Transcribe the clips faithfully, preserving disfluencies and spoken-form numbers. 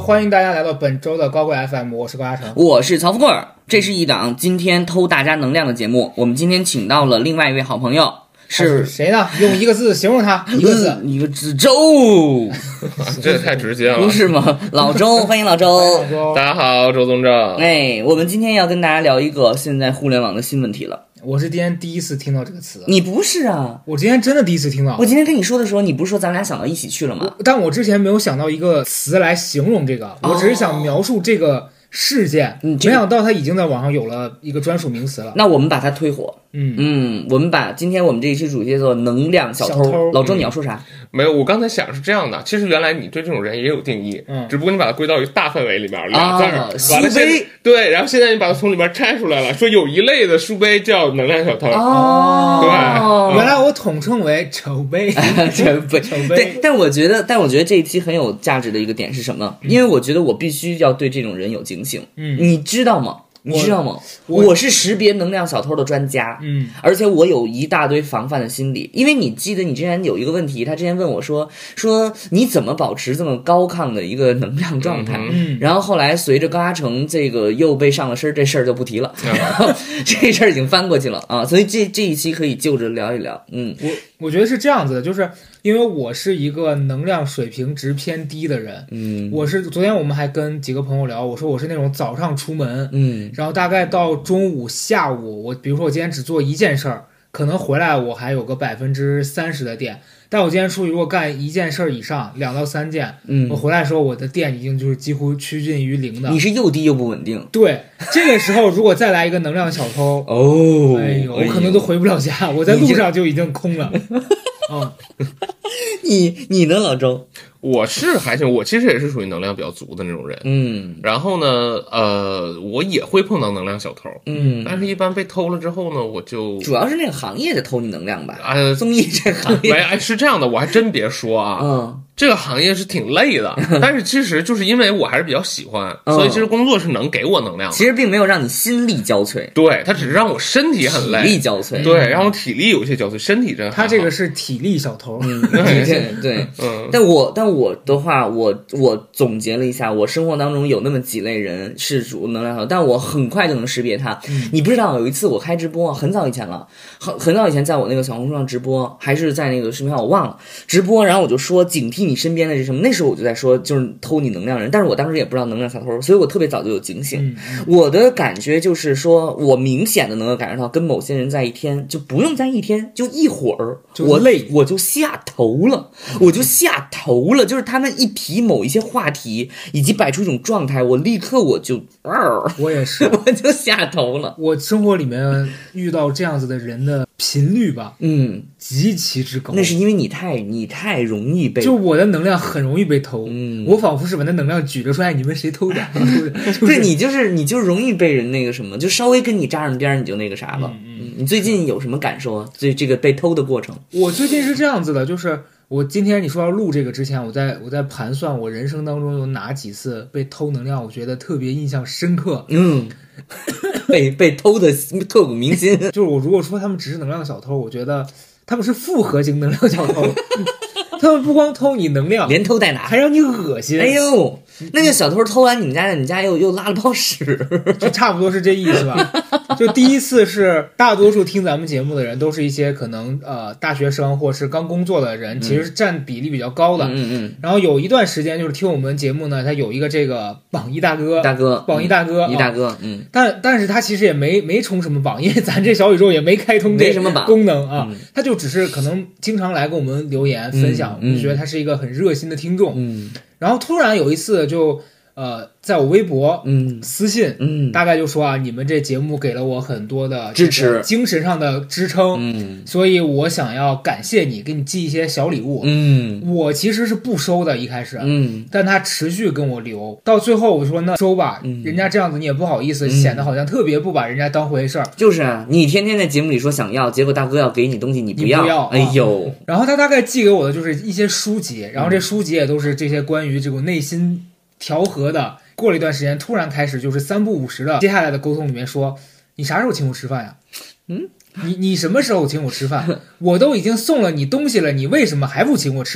欢迎大家来到本周的高贵 F M， 我是高嘉诚， 我是曹富贵儿。这是一档今天偷大家能量的节目。我们今天请到了另外一位好朋友， 是谁呢？用一个字形容他，一个字， 嗯、一个字周。 这也太直接了， 不是吗？老周，欢迎老周。 大家好，周宗正。 哎，我们今天要跟大家聊一个现在互联网的新问题了。 我是今天第一次听到这个词。 你不是啊？ 我今天真的第一次听到。 我今天跟你说的时候，你不是说咱俩想到一起去了吗？ 但我之前没有想到一个词来形容这个，我只是想描述这个事件， 嗯、 没想到它已经在网上有了一个专属名词了。 那我们把它推火。 嗯嗯，我们把今天我们这一期主题叫做能量小偷。 小偷老周，你要说啥？ 嗯没有，我刚才想是这样的，其实原来你对这种人也有定义， 嗯， 只不过你把它归到一个大范围里面，俩字儿， 啊，书杯， 对，然后现在你把它从里面拆出来了，说有一类的书杯叫能量小偷， 哦， 对， 原来我统称为丑杯， 丑杯， 丑杯。 对，但我觉得，但我觉得这一期很有价值的一个点是什么？因为我觉得我必须要对这种人有警醒， 嗯， 你知道吗？你知道吗？我, 我是识别能量小偷的专家， 嗯， 而且我有一大堆防范的心理。因为你记得你之前有一个问题，他之前问我说说你怎么保持这么高亢的一个能量状态？ 嗯， 然后后来随着高嘉诚这个又被上了身，这事儿就不提了，嗯、这事儿已经翻过去了啊。所以这这一期可以就着聊一聊。嗯， 我我觉得是这样子的，就是因为我是一个能量水平值偏低的人， 嗯， 我是昨天我们还跟几个朋友聊，我说我是那种早上出门， 嗯。 然后大概到中午下午，我比如说我今天只做一件事儿，可能回来我还有个百分之三十的电，但我今天出去如果干一件事儿以上，两到三件， 嗯， 我回来的时候我的电已经就是几乎趋近于零的。 你是又低又不稳定。 对，这个时候如果再来一个能量小偷， 哦， 哎呦，我可能都回不了家，我在路上就已经空了。嗯， 你你呢，老周？ 我是还行，我其实也是属于能量比较足的那种人， 嗯， 然后呢，呃，我也会碰到能量小偷， 嗯， 但是一般被偷了之后呢，我就主要是那个行业在偷你能量吧， 呃， 综艺这个行业， 没，哎，是这样的，我还真别说啊， 嗯。 这个行业是挺累的，但是其实就是因为我还是比较喜欢， 嗯、 所以其实工作是能给我能量的。 其实并没有让你心力交瘁， 对，它只是让我身体很累， 体力交瘁， 对，让我体力有一些交瘁，身体真好。 他这个是体力小偷， 嗯，对对， 嗯。 但我但我的话，我我总结了一下，我生活当中有那么几类人是属能量小偷，但我很快就能识别他。 嗯、 你不知道，有一次我开直播，很早以前了，很很早以前，在我那个小红书上直播，还是在那个视频号我忘了直播，然后我就说警惕你身边的是什么。那时候我就在说，就是偷你能量人，但是我当时也不知道能量小偷，所以我特别早就有警醒。 嗯嗯、 我的感觉就是说，我明显的能够感受到，跟某些人在一天就不用在一天，就一会儿，我累，我就下头了，我就下头了。就是他们一提某一些话题，以及摆出一种状态，我立刻我就，呃、 我也是， 我就下头了。 我生活里面遇到这样子的人的频率吧， 嗯， 极其之高。 那是因为你太你太容易被， 就我的能量很容易被偷， 嗯， 我仿佛是把那能量举着说，哎，你们谁偷的？就是、 对你就是你就容易被人那个什么，就稍微跟你扎上边你就那个啥了。 嗯嗯， 你最近有什么感受啊？这这个被偷的过程？ 我最近是这样子的，就是我今天你说要录这个之前，我在我在盘算我人生当中有哪几次被偷能量，我觉得特别印象深刻。 嗯。被被偷的刻骨铭心， 就是我如果说他们只是能量小偷，我觉得他们是复合型能量小偷。他们不光偷你能量， 连偷带拿， 还让你恶心。 哎呦，那个小偷偷完你们家，你们家又又拉了泡屎， 就差不多是这意思吧。就第一次是大多数听咱们节目的人都是一些可能呃大学生或是刚工作的人，其实是占比例比较高的。 嗯嗯嗯。 然后有一段时间就是听我们节目呢，他有一个这个榜一大哥， 大哥， 榜一大哥， 一大哥，嗯。 但但是他其实也没没冲什么榜，因为咱这小宇宙也没开通这个功能啊，他就只是可能经常来给我们留言分享。我就觉得他是一个很热心的听众， 嗯， 然后突然有一次就呃，在我微博嗯私信， 嗯， 大概就说啊，你们这节目给了我很多的支持， 精神上的支撑， 嗯， 所以我想要感谢你，给你寄一些小礼物， 嗯， 我其实是不收的，一开始， 嗯， 但他持续跟我留，到最后我说那收吧， 嗯、 人家这样子你也不好意思，嗯、显得好像特别不把人家当回事儿。 就是啊，你天天在节目里说想要，结果大哥要给你东西你不要， 你不要哎呦、 啊！然后他大概寄给我的就是一些书籍，然后这书籍也都是这些关于这种内心调和的。过了一段时间，突然开始就是三不五时的接下来的沟通里面说，你啥时候请我吃饭呀？ 嗯， 你你什么时候请我吃饭？我都已经送了你东西了，你为什么还不请我吃饭？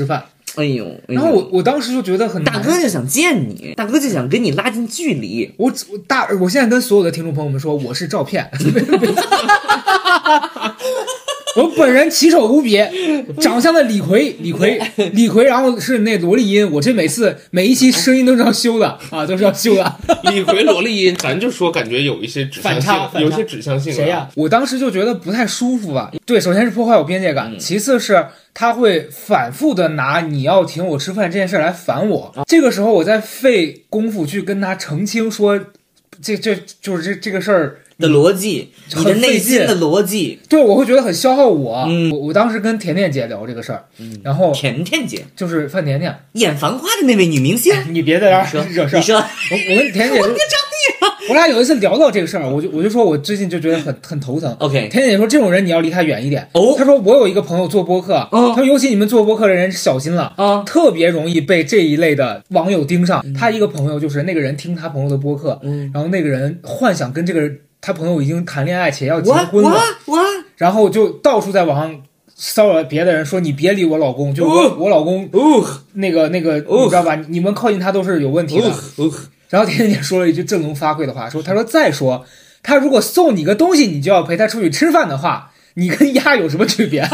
哎呦，哎呦然后我我当时就觉得很大哥就想见你，大哥就想跟你拉近距离。 我我大我现在跟所有的听众朋友们说，我是照片。我本人奇丑无比，长相的李逵，李逵，李逵，然后是那萝莉音，我这每次每一期声音都是要修的啊，都是要修的。 李逵萝莉音，咱就说感觉有一些指向性，有一些指向性。 谁呀、啊？我当时就觉得不太舒服吧。对，首先是破坏我边界感，嗯、其次是他会反复的拿你要请我吃饭这件事来烦我。啊、这个时候我在费功夫去跟他澄清说，这这就是这这个事儿。 的逻辑，你的内心的逻辑， 对，我会觉得很消耗我。嗯，我我当时跟甜甜姐聊这个事儿，嗯，然后甜甜姐就是范甜甜， 演《繁花》的那位女明星。 哎、你别在这儿惹事儿。 你说， 我我跟甜甜姐，我跟张丽，我俩有一次聊到这个事儿，我就我就说我最近就觉得很很头疼。 OK， 甜甜姐说这种人你要离他远一点。 哦， 她说我有一个朋友做播客， 哦， 她说尤其你们做播客的人小心了啊， 特别容易被这一类的网友盯上。他、嗯、一个朋友就是那个人听他朋友的播客，嗯，然后那个人幻想跟这个人。他朋友已经谈恋爱且要结婚了，然后就到处在网上骚扰别的人，说你别理我老公，就我、哦、我老公、哦、那个那个、哦、你知道吧？你们靠近他都是有问题的。哦哦、然后甜甜姐说了一句振聋发聩的话，说他说再说他如果送你个东西，你就要陪他出去吃饭的话，你跟鸭有什么区别？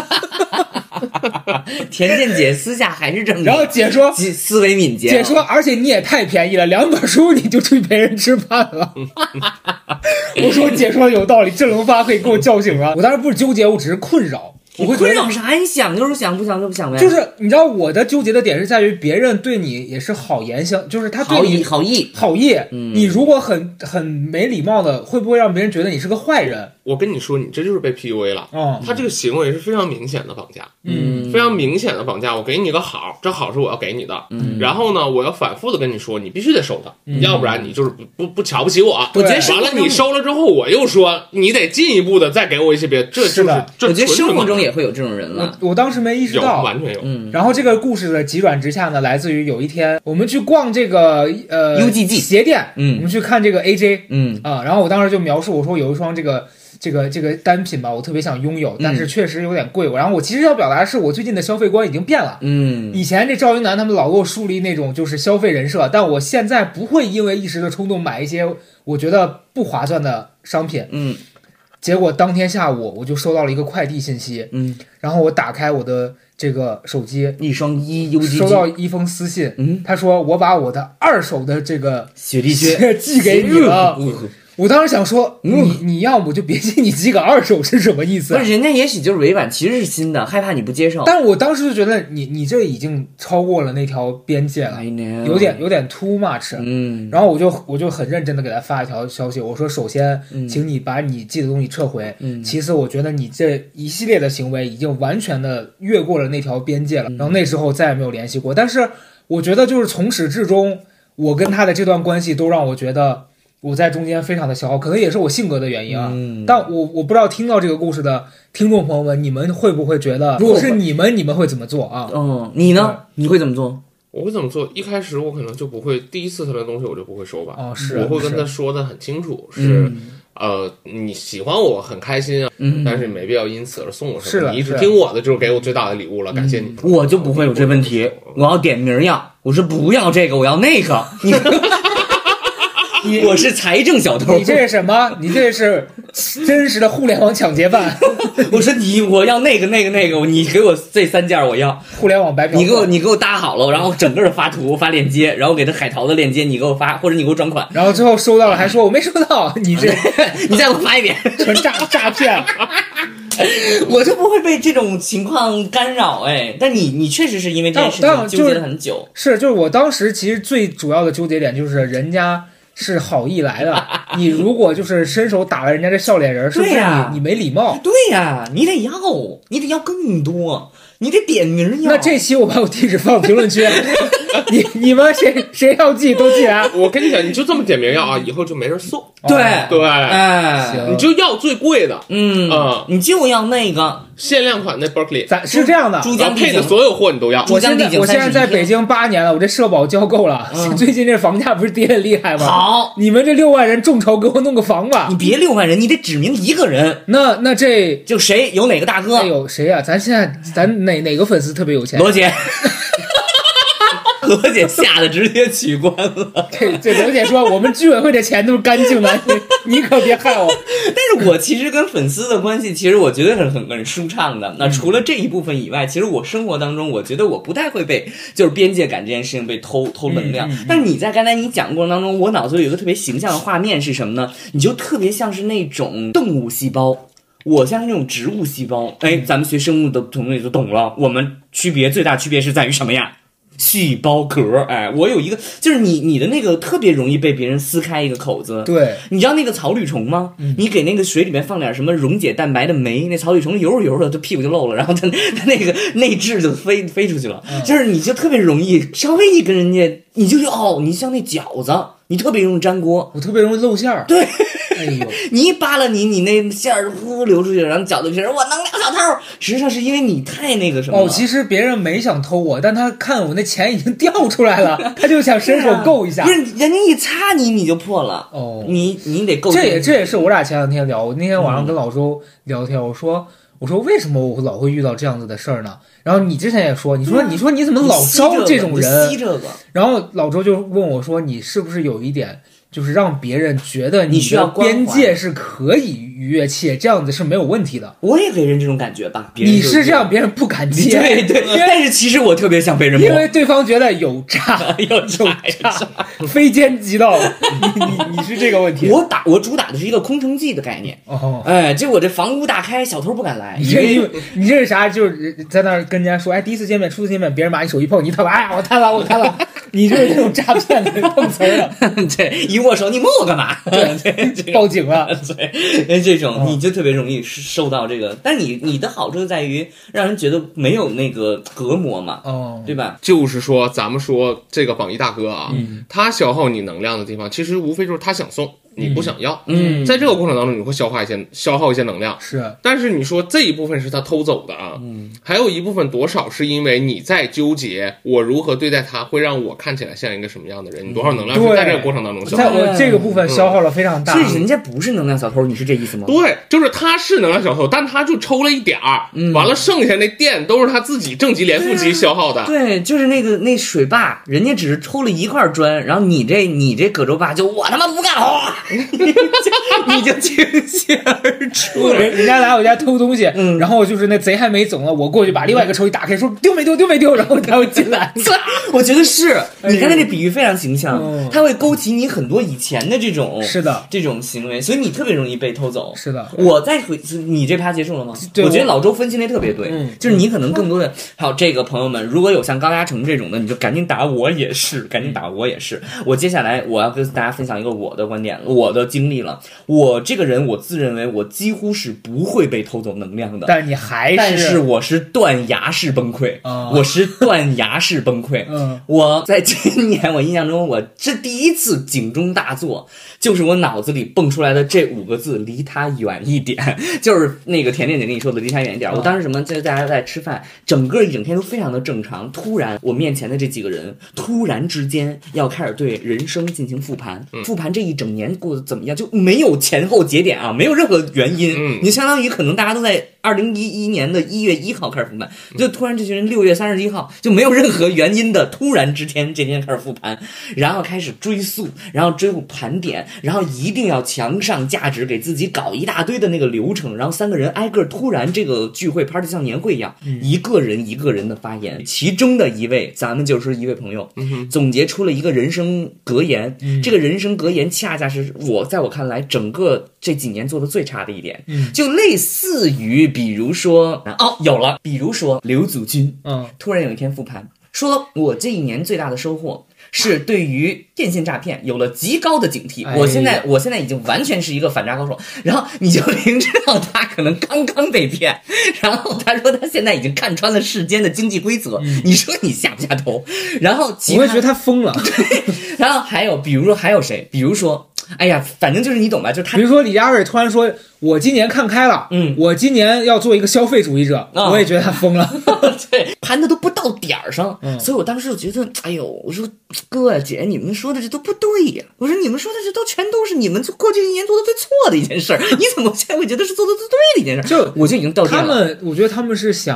甜甜姐私下还是这么， 然后姐说思维敏捷， 姐说而且你也太便宜了，两本书你就去陪人吃饭了。我说姐说的有道理，振聋发聩给我叫醒了。我当时不是纠结，我只是困扰。我会困扰啥？你想就是想，不想就不想呗。 就是你知道我的纠结的点是在于别人对你也是好言相，就是他对你好意好意。嗯，你如果很很没礼貌的，会不会让别人觉得你是个坏人？ 我跟你说，你这就是被 P U A 了。哦，他这个行为是非常明显的绑架， 嗯， 非常明显的绑架。我给你个好，这好是我要给你的，嗯，然后呢，我要反复的跟你说，你必须得收它，嗯、要不然你就是不不不瞧不起我。 我觉得完了，你收了之后，我又说你得进一步的再给我一些别，这就是这。 我觉得生活中也会有这种人了。 我, 我当时没意识到， 完全有。 嗯， 然后这个故事的急转直下呢，来自于有一天我们去逛这个呃 U G G 鞋店， 嗯， 我们去看这个 A J， 嗯啊，然后我当时就描述我说有一双这个。这个这个单品吧，我特别想拥有，但是确实有点贵。嗯、然后我其实要表达的是，我最近的消费观已经变了。 嗯， 以前这赵云南他们老给我树立那种就是消费人设，但我现在不会因为一时的冲动买一些我觉得不划算的商品。 嗯， 结果当天下午我就收到了一个快递信息。 嗯， 然后我打开我的这个手机， 一双一 U G G 收到一封私信。 嗯， 他说我把我的二手的这个雪地靴寄给你了。 嗯我当时想说，你你要么就别寄，你寄个二手是什么意思、啊？ 不是，人家也许就是委婉，其实是新的，害怕你不接受。 但我当时就觉得你你这已经超过了那条边界了，有点有点 too much。 嗯， 然后我就我就很认真的给他发一条消息，我说首先， 嗯、 请你把你寄的东西撤回。 嗯， 其次，我觉得你这一系列的行为已经完全的越过了那条边界了。 嗯、 然后那时候再也没有联系过。但是我觉得就是从始至终，我跟他的这段关系都让我觉得。我在中间非常的消耗，可能也是我性格的原因啊。 嗯、 但我我不知道听到这个故事的听众朋友们，你们会不会觉得，如果是你们，你们会怎么做啊？ 嗯，你呢？你会怎么做？ 我会怎么做？一开始我可能就不会，第一次他的东西我就不会收吧。 哦，是， 我会跟他说的很清楚，是。 嗯呃，你喜欢我很开心啊， 嗯， 但是没必要因此而送我什么。 是的， 你一直听我的，就是给我最大的礼物了， 嗯、 感谢你。 我就不会有这问题，我要点名要，我说不要这个，我要那个。你你我是财政小偷， 你这是什么？你这是真实的互联网抢劫犯。 我说你，我要那个那个那个，你给我这三件我要。 互联网白嫖， 你给我你给我搭好了，然后整个发图发链接，然后给他海淘的链接你给我发，或者你给我转款， 然后最后收到了还说我没收到，你这你再给我发一遍， 纯诈诈骗。 我就不会被这种情况干扰哎，但你你确实是因为这件事情纠结了很久。 是，就是我当时其实最主要的纠结点就是人家。是好意来的，你如果就是伸手打了人家这笑脸人，是不是你、 啊、 你没礼貌？ 对呀、啊，你得要，你得要更多，你得点名要。 那这期我把我地址放评论区，你你们谁谁要寄都寄来。 我跟你讲，你就这么点名要啊，以后就没人送。 对对， 哎， 你就要最贵的， 嗯嗯， 你就要那个限量款那 Berkeley。 咱是这样的， 珠江配的所有货你都要。 我现在我现在在北京八年了，我这社保交够了。嗯、最近这房价不是跌得厉害吗？ 好， 你们这六万人众筹给我弄个房吧。 你别六万人，你得指明一个人。 那那这就谁有哪个大哥？ 哎呦，谁呀、啊？咱现在咱哪哪个粉丝特别有钱？ 罗姐。 何姐吓得直接取关了。 这这刘姐说我们居委会的钱都是干净的，你你可别害我。 但是我其实跟粉丝的关系，其实我觉得是很很舒畅的。那除了这一部分以外，其实我生活当中，我觉得我不太会被就是边界感这件事情被偷偷能量。嗯嗯嗯、但是你在刚才你讲过程当中，我脑子里有一个特别形象的画面是什么呢？你就特别像是那种动物细胞。我像是那种植物细胞，哎，咱们学生物的同学就懂了。我们区别最大区别是在于什么呀？细胞壳。哎，我有一个，就是你你的那个特别容易被别人撕开一个口子。 对， 你知道那个草履虫吗？嗯、你给那个水里面放点什么溶解蛋白的酶，那草履虫游着游着，它屁股就漏了，然后它它那个内痔就飞飞出去了。嗯、就是你就特别容易，稍微一跟人家，你就哦，你像那饺子，你特别容易粘锅， 我特别容易露馅儿。 对。 哎呦！ 你一扒拉你，你那馅儿呼流出去，然后饺子皮儿，我能量小偷。实际上是因为你太那个什么了。 哦，其实别人没想偷我，但他看我那钱已经掉出来了，他就想伸手够一下。 不是，人家一擦你，你就破了。哦，你你得够。 这也这也是我俩前两天聊，我那天晚上跟老周聊天，我说我说为什么我老会遇到这样子的事儿呢？然后你之前也说，你说、嗯、你说你怎么老招这种人？ 吸这个。 然后老周就问我说，你是不是有一点？就是让别人觉得你的边界是可以逾越，且这样子是没有问题的。 我也给人这种感觉吧， 你是这样，别人不敢接。 对对，但是其实我特别想被人摸， 因为对方觉得有诈， 有诈， 非奸即盗。你你你是这个问题。 我打我主打的是一个空城计的概念。哦，哎，就我这房屋大开，小偷不敢来。 你这你这是啥？就是在那儿跟人家说，哎，第一次见面，初次见面，别人把你手一碰，你他妈，哎呀，我贪了，我贪了。你就是这种诈骗的碰瓷儿的。 对，一握手，你摸我干嘛？ 对，报警了。 对，这种你就特别容易受到这个。但你你的好处在于让人觉得没有那个隔膜嘛，哦，对吧？ 就是说，咱们说这个榜一大哥啊，嗯、他消耗你能量的地方，其实无非就是他想送。你不想要，嗯，在这个过程当中，你会消化一些消耗一些能量， 是。 但是你说这一部分是他偷走的啊，嗯，还有一部分多少是因为你在纠结我如何对待他，会让我看起来像一个什么样的人？你多少能量是在这个过程当中消耗？ 在我这个部分消耗了非常大， 所以人家不是能量小偷，你是这意思吗？ 对，就是他是能量小偷，但他就抽了一点儿，嗯，完了剩下那电都是他自己正极连负极消耗的。 对，就是那个那水坝，人家只是抽了一块砖，然后你这你这葛洲坝就我他妈不干活。你就倾泻而出， 人人家来我家偷东西，嗯，然后就是那贼还没走呢，我过去把另外一个抽屉打开，说丢没丢，丢没丢，然后他会进来。 我觉得是你看他这比喻非常形象，嗯，他会勾起你很多以前的这种是的这种行为，所以你特别容易被偷走。 是的， 我再回你这趴结束了吗？ 对， 我觉得老周分析那特别对，嗯，就是你可能更多的好，这个朋友们，如果有像高嘉诚这种的，你就赶紧打我也是，赶紧打我也是。我接下来我要跟大家分享一个我的观点，我的经历了。我这个人，我自认为我几乎是不会被偷走能量的， 但是你还是， 但是我是断崖式崩溃，嗯、我是断崖式崩溃。嗯，我在今年，我印象中，我这第一次警钟大作，就是我脑子里蹦出来的这五个字：离他远一点。就是那个甜甜姐跟你说的，离他远一点。嗯、我当时什么，在大家在吃饭，整个一整天都非常的正常。突然，我面前的这几个人突然之间要开始对人生进行复盘，嗯、复盘这一整年过得怎么样，就没有前后节点啊，没有任何原因，嗯，你相当于可能大家都在二零一一年的一月一号开始复盘，就突然这群人六月三十一号就没有任何原因的突然之间这天开始复盘，然后开始追溯，然后追溯盘点，然后一定要强上价值，给自己搞一大堆的那个流程，然后三个人挨个突然这个聚会 party 像年会一样，嗯、一个人一个人的发言，其中的一位咱们就是一位朋友，嗯、总结出了一个人生格言，嗯、这个人生格言恰恰是我在我看来整个这几年做的最差的一点，嗯，就类似于比如说哦有了，比如说刘祖军，嗯，突然有一天复盘说，我这一年最大的收获是对于电信诈骗有了极高的警惕，哎、我现在我现在已经完全是一个反诈高手。然后你就明知道他可能刚刚被骗，然后他说他现在已经看穿了世间的经济规则，嗯、你说你下不下头？然后我会觉得他疯了。 对，然后还有比如说还有谁？比如说。哎呀，反正就是你懂吧，就是他。 比如说李佳瑞突然说，我今年看开了，嗯，我今年要做一个消费主义者，哦、我也觉得他疯了。 对，盘的都不到点儿上，嗯，所以我当时就觉得，哎呦，我说哥啊姐，你们说的这都不对呀，我说你们说的这都全都是你们过去一年做的最错的一件事儿，你怎么现在会觉得是做的最对的一件事？ 就我就已经到他们，我觉得他们是想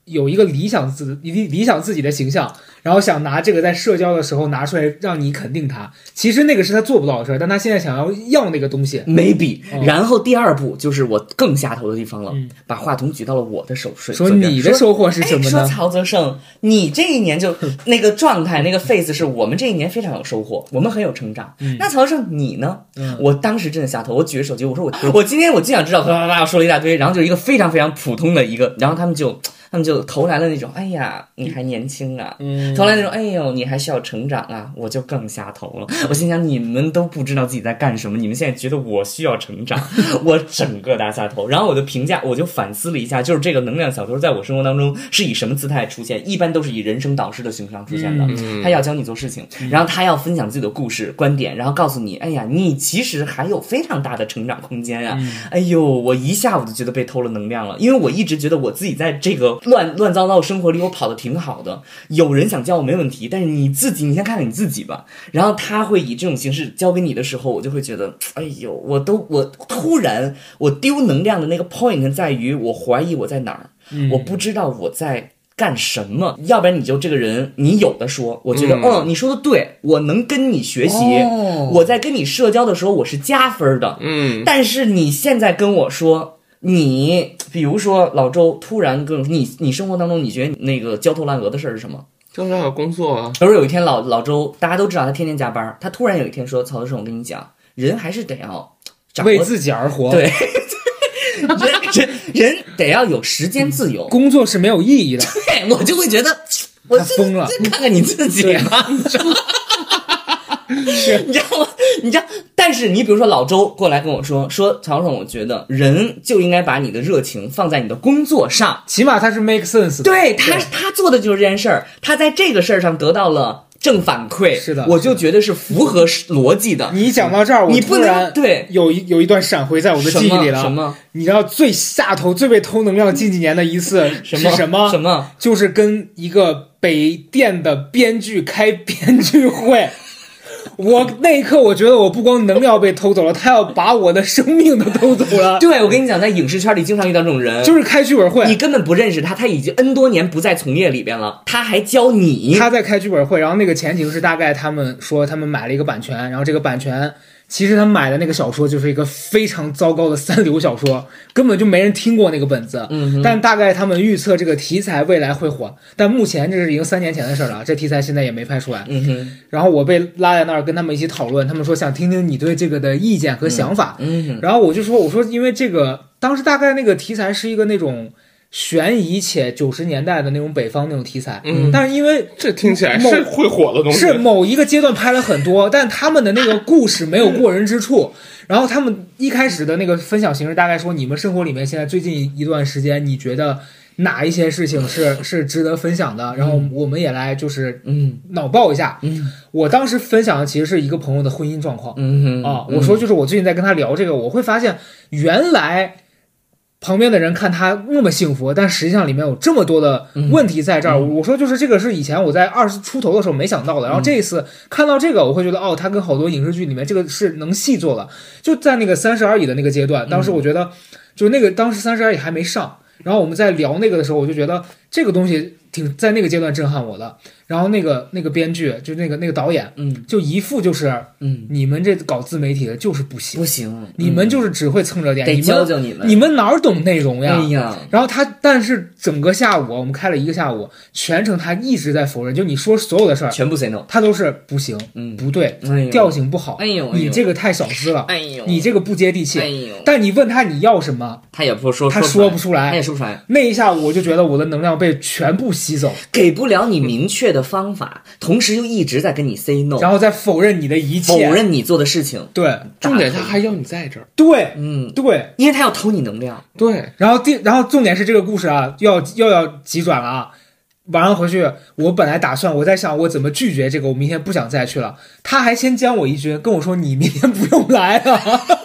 有一个理想自理理想自己的形象，然后想拿这个在社交的时候拿出来让你肯定他，其实那个是他做不到的事儿，但他现在想要要那个东西 maybe、 哦、 然后第二步就是我更下头的地方了、 嗯、 把话筒举到了我的手上， 说你的收获是什么呢？ 说曹泽胜你这一年就那个状态那个 face 是我们这一年非常有收获，我们很有成长、嗯、那曹泽胜你呢、嗯、我当时真的下头，我举着手机我说我我今天我就想知道啪啪啪说了一大堆，然后就是一个非常非常普通的一个，然后他们就他们就投来了那种哎呀你还年轻啊、嗯、投来那种哎呦你还需要成长啊，我就更下头了。我心想你们都不知道自己在干什么，你们现在觉得我需要成长我整个大下头。然后我就评价我就反思了一下，就是这个能量小偷在我生活当中是以什么姿态出现，一般都是以人生导师的形式上出现的、嗯、他要教你做事情，然后他要分享自己的故事观点，然后告诉你哎呀你其实还有非常大的成长空间啊、嗯、哎呦我一下午就觉得被偷了能量了，因为我一直觉得我自己在这个乱乱糟糟生活里我跑得挺好的，有人想教我没问题，但是你自己你先看看你自己吧。然后他会以这种形式教给你的时候，我就会觉得哎呦我都我突然我丢能量的那个 point 在于我怀疑我在哪儿、嗯、我不知道我在干什么，要不然你就这个人你有的说，我觉得、嗯、哦你说的对，我能跟你学习、哦、我在跟你社交的时候我是加分的，嗯，但是你现在跟我说你比如说老周突然跟你你生活当中你觉得那个焦头烂额的事儿是什么？ 就是要工作啊。 比如有一天老老周大家都知道他天天加班，他突然有一天说曹德胜我跟你讲人还是得要为自己而活， 对人人人得要有时间自由， 工作是没有意义的。 对，我就会觉得我疯了， 看看你自己吧你知道吗？是你知道吗？你知道，但是你比如说老周过来跟我说说曹总，我觉得人就应该把你的热情放在你的工作上， 起码他是 make sense 的。 对他，他做的就是这件事儿，他在这个事儿上得到了正反馈， 是的， 我就觉得是符合逻辑的。 你讲到这儿，我突然对有一有一段闪回在我的记忆里了。 什么？ 你知道最下头、最被偷能量近几年的一次是什么？ 什么？ 就是跟一个北电的编剧开编剧会。我那一刻我觉得我不光能量被偷走了，他要把我的生命都偷走了。 对，我跟你讲在影视圈里经常遇到这种人， 就是开剧本会你根本不认识他，他已经 N 多年不在从业里边了，他还教你。 他在开剧本会，然后那个前景是大概他们说他们买了一个版权，然后这个版权其实他们买的那个小说就是一个非常糟糕的三流小说，根本就没人听过那个本子。嗯，但大概他们预测这个题材未来会火，但目前这是已经三年前的事了，这题材现在也没拍出来。 嗯哼。 然后我被拉在那儿跟他们一起讨论，他们说想听听你对这个的意见和想法。 嗯哼。 然后我就说我说因为这个当时大概那个题材是一个那种悬疑且九十年代的那种北方那种题材，嗯，但是因为这听起来是会火的东西， 是某一个阶段拍了很多，但他们的那个故事没有过人之处。然后他们一开始的那个分享形式大概说，你们生活里面现在最近一段时间，你觉得哪一些事情是是值得分享的？然后我们也来就是嗯脑爆一下。 嗯， 我当时分享的其实是一个朋友的婚姻状况。 嗯啊，我说就是我最近在跟他聊这个，我会发现原来旁边的人看他那么幸福，但实际上里面有这么多的问题在这儿。嗯、我说就是这个是以前我在二十出头的时候没想到的，然后这一次看到这个，我会觉得哦，他跟好多影视剧里面这个是能细做的。就在那个三十而已的那个阶段，当时我觉得就那个当时三十而已还没上，然后我们在聊那个的时候，我就觉得这个东西挺在那个阶段震撼我的。然后那个那个编剧就那个那个导演， 嗯， 就一副就是嗯， 你们这搞自媒体的就是不行， 不行， 你们就是只会蹭热点， 得教教你们， 你们哪儿懂内容呀？ 哎呀， 然后他，但是整个下午我们开了一个下午，全程他一直在否认，就你说所有的事儿全部 say no， 他都是不行， 嗯， 不对， 哎、 调性不好， 哎呦， 你这个太小资了， 哎呦， 你这个不接地气， 哎呦， 但你问他你要什么， 他也不说， 他说不出来， 他也说不出来。 那一下午我就觉得我的能量被全部吸走， 给不了你明确的方法。同时又一直在跟你 say no， 然后再否认你的一切， 否认你做的事情。 对， 重点他还要你在这儿。 对， 嗯， 对， 因为他要偷你能量。 对， 然后第，然后重点是这个故事啊，要又要急转了啊。晚上回去，我本来打算我在想我怎么拒绝这个，我明天不想再去了。他还先将我一军，跟我说你明天不用来了。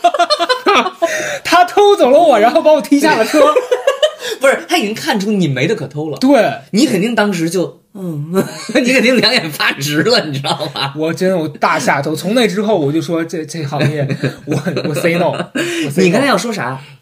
他偷走了我，然后把我踢下了车。 不是，他已经看出你没得可偷了。 对， 你肯定当时就嗯，你肯定两眼发直了，你知道吗？ 我真的我大下头。从那之后我就说这这行业我我 say no, 我 say no。 你刚才要说啥？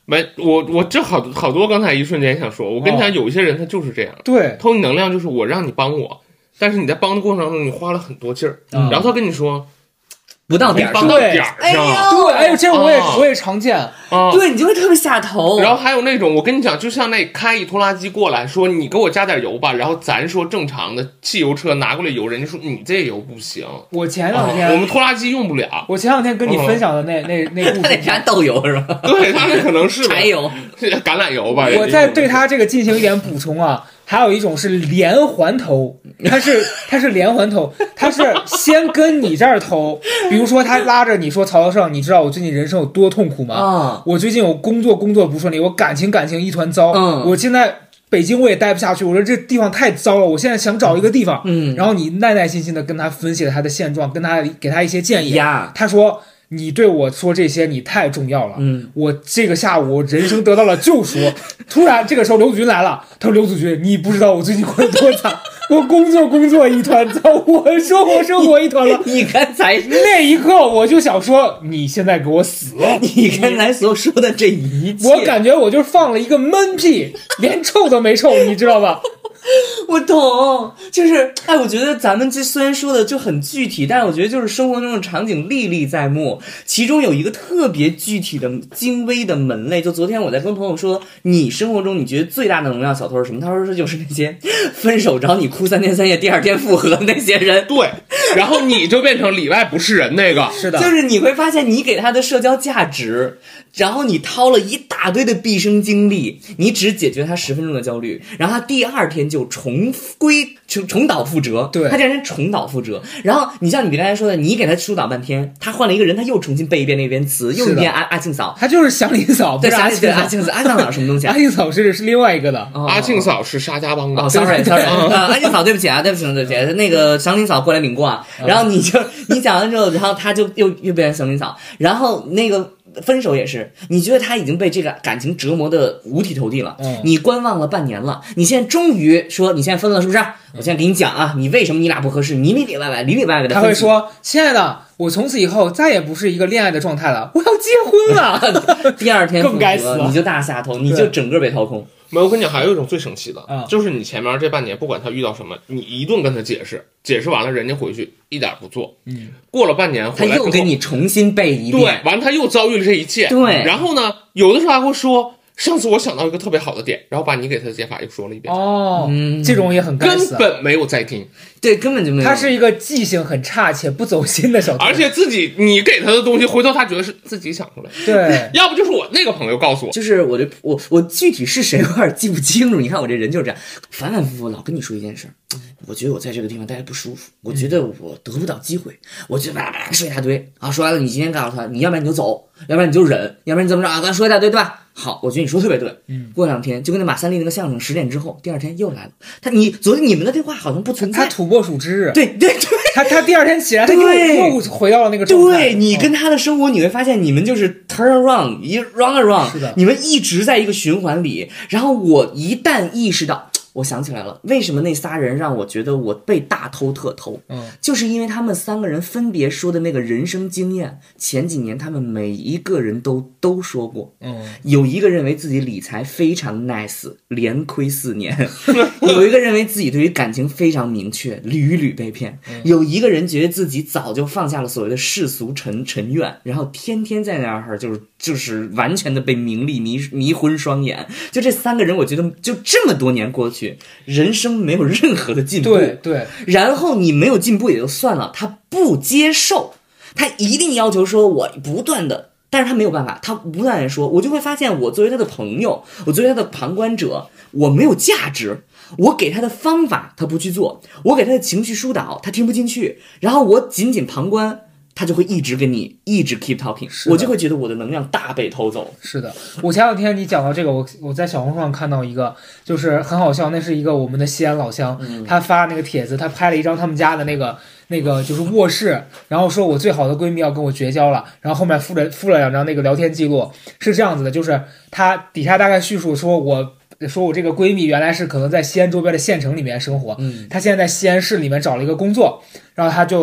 没，我我这好好多刚才一瞬间想说，我跟你讲，有一些人他就是这样， 对， 偷你能量就是我让你帮我，但是你在帮的过程中你花了很多劲儿， 嗯、 然后他跟你说。 不到点儿上，对，点儿哎呦， 对，哎呦，这我也、啊、我也常见， 啊， 对你就会特别下头。 然后还有那种，我跟你讲，就像那开一拖拉机过来说，你给我加点油吧，然后咱说正常的汽油车拿过来油，人家说你这油不行。 我前两天、 啊、我们拖拉机用不了。 我前两天跟你分享的那、嗯、那那故事， 他那加豆油是吧？ 对他那可能是柴油、 橄榄油吧。 我再对他这个进行一点补充啊。还有一种是连环偷，他是他是连环偷，他是先跟你这儿偷，比如说他拉着你说曹德胜，你知道我最近人生有多痛苦吗？ 啊， 我最近有工作工作不顺利，我感情感情一团糟， 嗯， 我现在北京我也待不下去，我说这地方太糟了，我现在想找一个地方， 嗯， 然后你耐耐心心的跟他分析了他的现状，跟他给他一些建议， 呀， 他说。你对我说这些，你太重要了。 嗯， 我这个下午人生得到了救赎。突然，这个时候刘子君来了，他说：“刘子君，你不知道我最近过得多惨，我工作工作一团糟，我生活生活一团乱。” 你刚才那一刻，我就想说，你现在给我死！ 你刚才所说的这一切， 我感觉我就放了一个闷屁，连臭都没臭，你知道吧？ 我懂，就是哎，我觉得咱们这虽然说的就很具体，但是我觉得就是生活中的场景历历在目。其中有一个特别具体的精微的门类，就昨天我在跟朋友说，你生活中你觉得最大的能量小偷是什么？他说这就是那些分手找你哭三天三夜，第二天复合的那些人。 对，然后你就变成里外不是人那个。 是的， 就是你会发现你给他的社交价值，然后你掏了一大堆的毕生精力，你只解决他十分钟的焦虑，然后他第二天就重归重重蹈覆辙。 对， 他第二天重蹈覆辙。然后你像你刚才说的，你给他疏导半天，他换了一个人，他又重新背一遍那边词，又一遍阿阿庆嫂， 他就是祥林嫂，不是阿庆嫂。阿庆嫂，阿庆嫂什么东西、啊？ 阿庆嫂是是另外一个的， 哦、 阿庆嫂是沙家浜的。 哦 ，sorry sorry，啊，阿庆嫂，对不起啊，对不起对不起，那个祥林嫂过来领过啊。然后你就你讲完之后，然后他就又又变成祥林嫂，然后那个。分手也是，你觉得他已经被这个感情折磨的五体投地了、嗯、你观望了半年了，你现在终于说你现在分了是不是、嗯、我现在给你讲啊，你为什么你俩不合适，你里里外外里里外外的。 他会说亲爱的，我从此以后再也不是一个恋爱的状态了，我要结婚了第二天更该死了， 你就大下头，你就整个被掏空。 没有，我跟你讲，还有一种最生气的、 嗯、 就是你前面这半年不管他遇到什么，你一顿跟他解释，解释完了人家回去一点不做， 嗯， 过了半年回来他又给你重新背一遍， 对，完了他又遭遇了这一切， 对， 然后呢有的时候还会说上次我想到一个特别好的点，然后把你给他的解法又说了一遍。 哦， 嗯， 这种也很该死， 根本没有在听， 对，根本就没有。 他是一个记性很差且不走心的小偷， 而且自己你给他的东西，回头他觉得是自己想出来的。 对， 要不就是我那个朋友告诉我， 就是我的我我具体是谁我有点记不清楚。你看我这人就是这样，反反复复老跟你说一件事，我觉得我在这个地方待着不舒服，我觉得我得不到机会，我就叭叭说一大堆啊，说完了你今天告诉他，你要不然你就走，要不然你就忍，要不然你怎么着啊？刚说一大堆对吧？好，我觉得你说特别对。 嗯， 过两天就跟那马三立那个相声，十点之后，第二天又来了。他你昨天你们的对话好像不存在， 他土拨鼠之日。 对对对， 他他第二天起来，他又又回到了那个状态。 对，你跟他的生活，你会发现你们就是 turn around， 一 run around， 是的， 你们一直在一个循环里。然后我一旦意识到。我想起来了，为什么那仨人让我觉得我被大偷特偷？ 嗯， 就是因为他们三个人分别说的那个人生经验，前几年他们每一个人都都说过。 嗯， 有一个认为自己理财非常 nice， 连亏四年；有一个认为自己对于感情非常明确，屡屡被骗； 嗯、 有一个人觉得自己早就放下了所谓的世俗尘尘怨，然后天天在那儿就是就是完全的被名利迷迷昏双眼。就这三个人，我觉得就这么多年过去。人生没有任何的进步， 对对， 然后你没有进步也就算了，他不接受，他一定要求说我不断的，但是他没有办法，他不断的说，我就会发现我作为他的朋友，我作为他的旁观者，我没有价值，我给他的方法他不去做，我给他的情绪疏导他听不进去，然后我仅仅旁观。他就会一直跟你一直 keep talking， 我就会觉得我的能量大被偷走。 是的，我前两天你讲到这个，我我在小红书上看到一个，就是很好笑，那是一个我们的西安老乡， 嗯、 他发那个帖子，他拍了一张他们家的那个那个就是卧室，然后说我最好的闺蜜要跟我绝交了，然后后面附了附了两张那个聊天记录，是这样子的，就是他底下大概叙述说我。说我这个闺蜜原来是可能在西安周边的县城里面生活， 嗯， 她现在在西安市里面找了一个工作，然后她就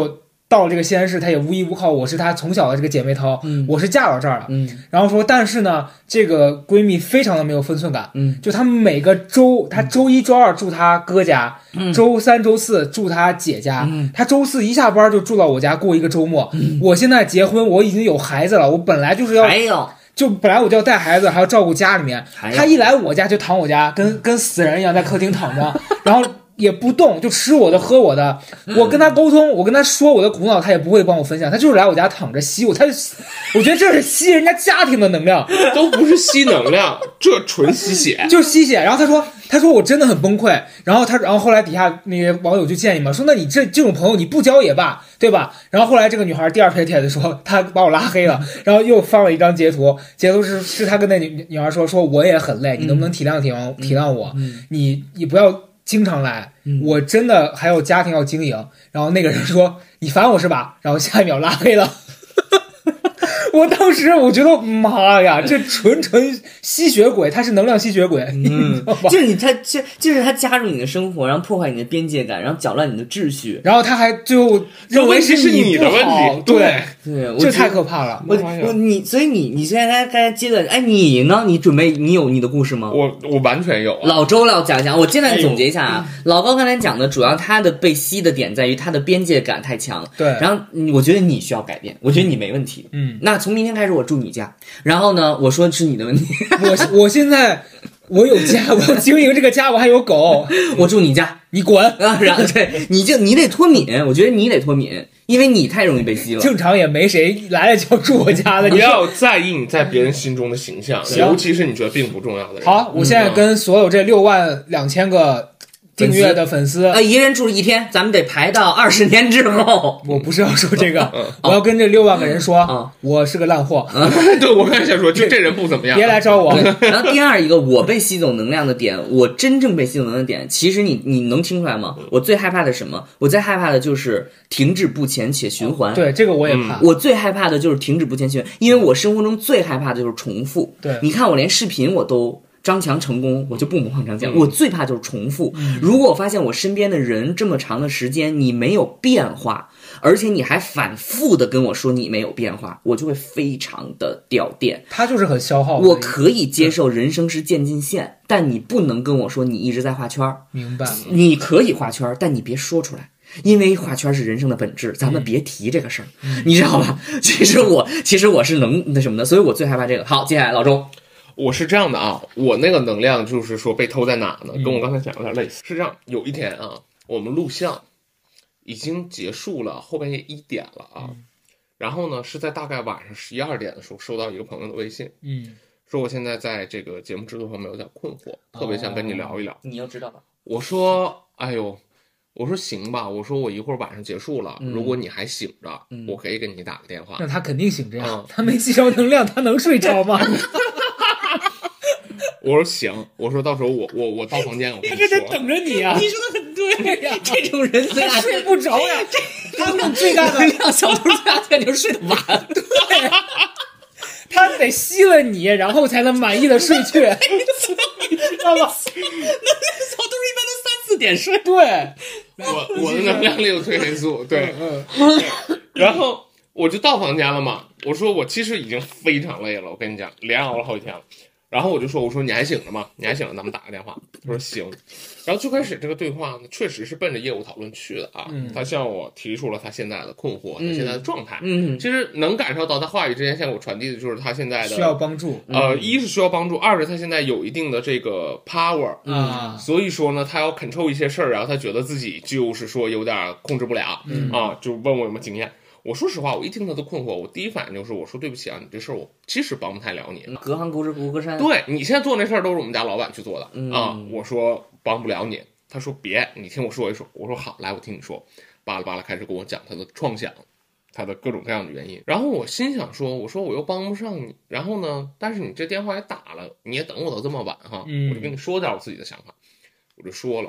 到了这个西安市，她也无依无靠，我是她从小的这个姐妹淘， 嗯， 我是嫁到这儿了， 嗯， 然后说，但是呢，这个闺蜜非常的没有分寸感， 嗯， 就她每个周，她周一周二住她哥家， 嗯， 周三周四住她姐家， 嗯， 她周四一下班就住到我家过一个周末。 嗯， 我现在结婚，我已经有孩子了，我本来就是要， 还有。 就本来我就要带孩子，还要照顾家里面。他一来我家就躺我家，跟跟死人一样在客厅躺着，然后也不动，就吃我的喝我的。我跟他沟通，我跟他说我的苦恼，他也不会帮我分享，他就是来我家躺着吸我。他，我觉得这是吸人家家庭的能量， 都不是吸能量，这纯吸血， 就是吸血。然后他说，他说我真的很崩溃。然后他，然后后来底下那些网友就建议嘛，说那你这这种朋友你不交也罢，对吧？然后后来这个女孩第二篇帖子说，她把我拉黑了，然后又放了一张截图，截图是是她跟那女女孩说，说我也很累，你能不能体谅体谅体谅我？你你不要经常来，我真的还有家庭要经营。然后那个人说你烦我是吧？然后下一秒拉黑了。我当时我觉得妈呀，这纯纯吸血鬼，他是能量吸血鬼， 嗯，就是你他就就是他加入你的生活，然后破坏你的边界感，然后搅乱你的秩序， 然后他还最后认为是你的问题， 对对， 这太可怕了。 我我你所以你你现在该接着，哎，你呢？你准备你有你的故事吗？ 我我完全有、啊。 老周要讲讲，我简单总结一下啊，哎、老高刚才讲的主要他的被吸的点在于他的边界感太强， 对， 然后我觉得你需要改变，我觉得你没问题， 嗯， 那从明天开始我住你家，然后呢，我说是你的问题， 我我现在我有家，我要经营这个家，我还有狗， 我住你家， 你滚啊！然后对，你就你得脱敏，我觉得你得脱敏，因为你太容易被吸了。 正常也没谁来了就要住我家的。 不要在意你在别人心中的形象，尤其是你觉得并不重要的人。 好，我现在跟所有这六万两千个订阅的粉丝， 呃，一人住一天，咱们得排到二十年之后。 我不是要说这个，我要跟这六万个人说， 嗯、 我是个烂货。 嗯、对，我刚才想说，就这人不怎么样， 别来找我。 然后第二一个，我被吸走能量的点，我真正被吸走能量的点，其实你你能听出来吗？我最害怕的是什么？我最害怕的就是停滞不前且循环。 对，这个我也怕。 嗯、我最害怕的就是停滞不前循环，因为我生活中最害怕的就是重复。 对， 你看我连视频我都。张强成功，我就不模仿张强。 嗯、 我最怕就是重复。 嗯、 如果我发现我身边的人这么长的时间你没有变化，而且你还反复的跟我说你没有变化，我就会非常的掉电。 他就是很消耗。 我可以接受人生是渐进线，但你不能跟我说你一直在画圈。 明白。 你可以画圈，但你别说出来。因为画圈是人生的本质，咱们别提这个事儿， 嗯、 你知道吧？其实我，其实我是能那什么的，所以我最害怕这个。好，接下来老周。 我是这样的啊，我那个能量就是说被偷在哪呢？跟我刚才讲有点类似。是这样，有一天啊，我们录像已经结束了，后半夜一点了啊。然后呢，是在大概晚上十一二点的时候，收到一个朋友的微信， 嗯， 说我现在在这个节目制作方面有点困惑，特别想跟你聊一聊。 你要知道吧？ 我说，哎呦。我说行吧，我说我一会儿晚上结束了， 嗯、 如果你还醒着、 嗯， 我可以给你打个电话。 那他肯定醒着呀， 嗯、 他没吸收能量，他能睡着吗？ 我说行，我说到时候我我我到房间我跟你说。 他这在等着你啊！ 你说的很对呀，这种人最他睡不着呀。他们最大的能量小偷最大的就是睡得晚。 对。他得吸了你，然后才能满意的睡去，你知道吗？ 能量小偷一般都三四点睡。 对， 我我的能量里有褪黑素，对， 嗯， 然后我就到房间了嘛。我说我其实已经非常累了，我跟你讲，连熬了好几天了。然后我就说，我说你还醒着吗？你还醒着，咱们打个电话。他说行。然后最开始这个对话呢，确实是奔着业务讨论去的啊。 嗯、 他向我提出了他现在的困惑，他现在的状态。 嗯， 其实能感受到他话语之间向我传递的就是他现在的需要帮助。 呃，嗯、一是需要帮助，二是他现在有一定的这个 power 啊， 所以说呢，他要 control 一些事儿，然后他觉得自己就是说有点控制不了、 嗯、 啊，就问我有没有经验。我说实话，我一听他的困惑，我第一反应就是我说对不起啊，你这事儿我其实帮不太了你。 隔行如隔隔山。 对，你现在做那事儿都是我们家老板去做的、 嗯、 啊。我说帮不了你，他说别，你听我说一说。我说好，来我听你说。巴拉巴拉开始跟我讲他的创想，他的各种各样的原因。然后我心想说，我说我又帮不上你，然后呢，但是你这电话也打了，你也等我到这么晚哈， 嗯、 我就跟你说点我自己的想法。我就说了，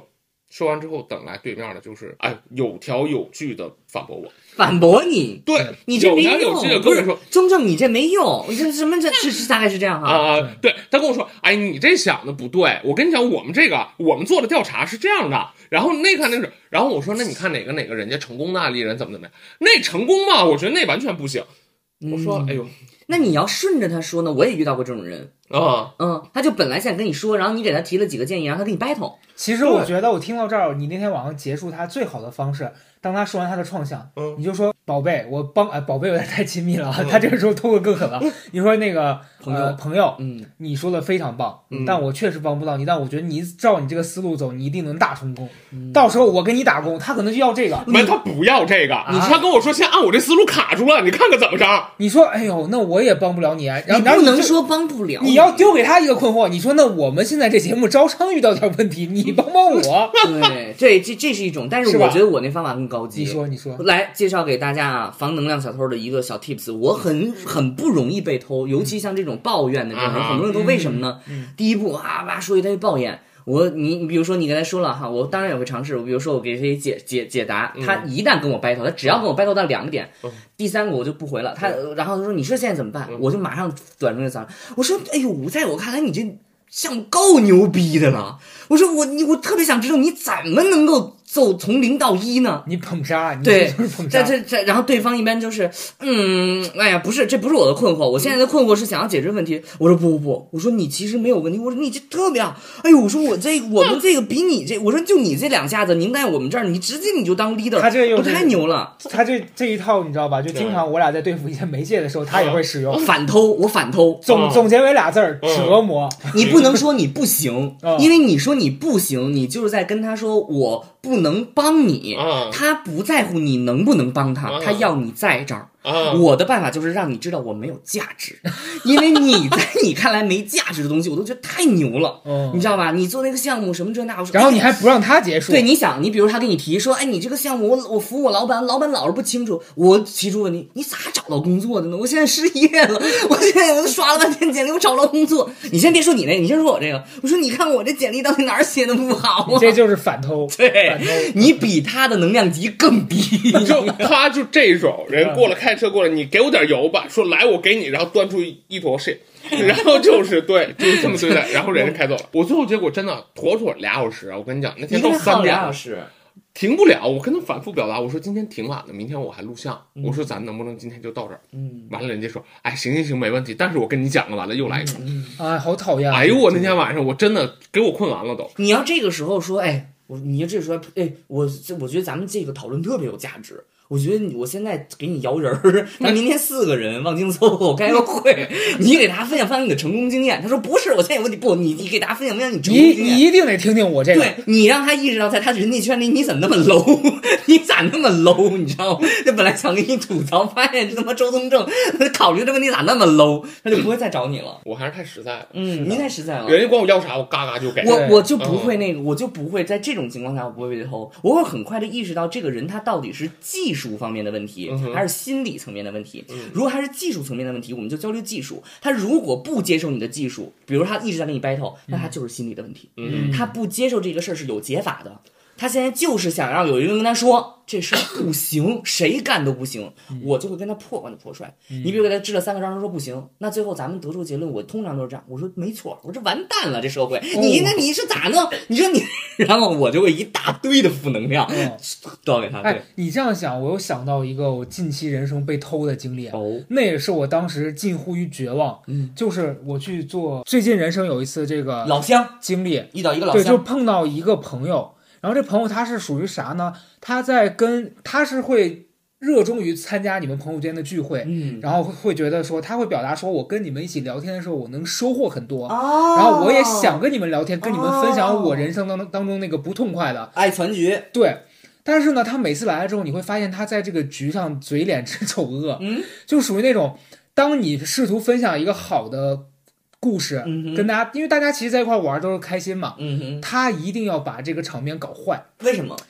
说完之后，等来对面的就是哎有条有据的反驳我， 反驳你， 对你这没用， 有条有据的跟我说， 中正你这没用，你这什么这是是大概是这样哈啊、呃，对他跟我说，哎，你这想的不对，我跟你讲，我们这个我们做的调查是这样的，然后那看那是，然后我说那你看哪个哪个人家成功的案例人怎么怎么样，那成功吗？我觉得那完全不行。我说，哎呦， 那你要顺着他说呢，我也遇到过这种人。 啊， 嗯，他就本来想跟你说，然后你给他提了几个建议，然后他跟你 battle。 其实我觉得我听到这儿，你那天晚上结束他最好的方式，当他说完他的创想， 嗯， 你就说宝贝，我帮哎，宝贝有点太亲密了，嗯、他这个时候偷的更狠了。你说那个朋友、 呃、朋友， 嗯， 你说的非常棒、 嗯， 但我确实帮不到你，但我觉得你照你这个思路走，你一定能大成功。嗯、到时候我给你打工，他可能就要这个， 没他不要这个， 啊、 他跟我说先按我这思路卡住了，你看看怎么着？ 你说哎呦，那我也帮不了你啊，然后你不能说帮不了， 你要丢给他一个困惑，你说那我们现在这节目招商遇到点问题，你帮帮我。 对，这这这是一种，但是我觉得我那方法更高级。 你说，你说， 来介绍给大家防能量小偷的一个小 tips。我很很不容易被偷，尤其像这种抱怨的这种人， 嗯、 很多人都为什么呢？ 嗯嗯、 第一步啊哇说一堆抱怨。我你你比如说你刚才说了哈，我当然也会尝试。比如说我给谁解解解答，他一旦跟我 battle，他只要跟我 battle 到两个点， 嗯、 第三个我就不回了。他然后他说你说现在怎么办？嗯、我就马上短中就脏。我说哎呦，在我看来你这项目够牛逼的了。我说我你我特别想知道你怎么能够走从零到一呢？ 你捧杀，你对， 就是捧杀。 这这然后对方一般就是嗯，哎呀，不是，这不是我的困惑，我现在的困惑是想要解决问题。我说不不不，我说你其实没有问题，我说你这特别好。哎呦，我说我这我们这个比你这，我说就你这两下子，您在我们这儿，你直接你就当 leader， 他这又太牛了。 他这这一套你知道吧？就经常我俩在对付一些媒介的时候，他也会使用反偷，我反偷， 总总结为俩字儿：折磨。 你不能说你不行，因为你说你不行，你就是在跟他说我不能帮你，他不在乎你能不能帮他，他要你在这儿。我的办法就是让你知道我没有价值，因为你在你看来没价值的东西，我都觉得太牛了， 嗯、 你知道吧？你做那个项目什么这那，我说， 然后你还不让他结束。 对，你想，你比如他给你提说，哎，你这个项目我我服务我老板，老板老是不清楚，我提出问题，你咋找到工作的呢？我现在失业了，我现在我刷了半天简历，我找不到工作。你先别说你那个，你先说我这个。我说你看我这简历到底哪儿写的不好啊？ 这就是反偷， 对， 反偷你比他的能量级更低， 你就他就这种人过来开车过来，你给我点油吧，说来我给你，然后端出一坨 shit， 然后就是对，就是这么对待，然后人家开走了。我最后结果真的妥妥俩小时啊！我跟你讲，那天到三点， 俩小时停不了。我跟他反复表达，我说今天挺晚的，明天我还录像，嗯、我说咱能不能今天就到这儿？嗯，完了人家说，哎，行行行，没问题。但是我跟你讲了，完了又来一场， 嗯，哎，好讨厌！ 哎呦，我那天晚上我真的给我困完了都。 你要这个时候说，哎，我你要这个时候，哎，我我觉得咱们这个讨论特别有价值。我觉得你，我现在给你摇人儿，咱明天四个人望京 S O H O 开个会，你给大家分享分享你的成功经验。他说不是，我现在有问题，不，你你给大家分享分享你成功经验。 你你一定得听听我这个， 对你让他意识到，在他人际圈里你怎么那么 low， 你咋那么 low， 你知道吗？他本来想给你吐槽，发现这他妈周东正考虑这问题咋那么 low， 他就不会再找你了。 我还是太实在了， 嗯，您太实在了。 人家管我要啥，我嘎嘎就给。 我我就不会那个，嗯、我就不会在这种情况下，我不会被偷。我会很快的意识到这个人他到底是技术方面的问题。还是心理层面的问题。如果还是技术层面的问题，我们就交流技术。他如果不接受你的技术，比如他一直在跟你 battle， 那他就是心理的问题。 嗯， 他不接受这个事儿是有解法的。他现在就是想让有一个人跟他说这事儿不行，谁干都不行，我就会跟他破罐子破摔。嗯、你比如给他支了三个招，他说不行，那最后咱们得出结论，我通常都是这样，我说没错，我说完蛋了，这社会，哦、你那你是咋弄？你说你，然后我就会一大堆的负能量都要给他。 哎，你这样想，我又想到一个我近期人生被偷的经历， 哦， 那也是我当时近乎于绝望。 嗯， 就是我去做，最近人生有一次这个老乡经历， 遇到一个老乡， 对，就碰到一个朋友。然后这朋友他是属于啥呢？他在跟他是会热衷于参加你们朋友间的聚会， 嗯， 然后会觉得说他会表达说，我跟你们一起聊天的时候，我能收获很多， 哦， 然后我也想跟你们聊天，跟你们分享我人生当中当中那个不痛快的爱全局， 对。但是呢，他每次来了之后，你会发现他在这个局上嘴脸之丑恶， 嗯， 就属于那种，当你试图分享一个好的故事、 嗯、 跟大家，因为大家其实在一块玩都是开心嘛， 嗯哼， 他一定要把这个场面搞坏。 为什么？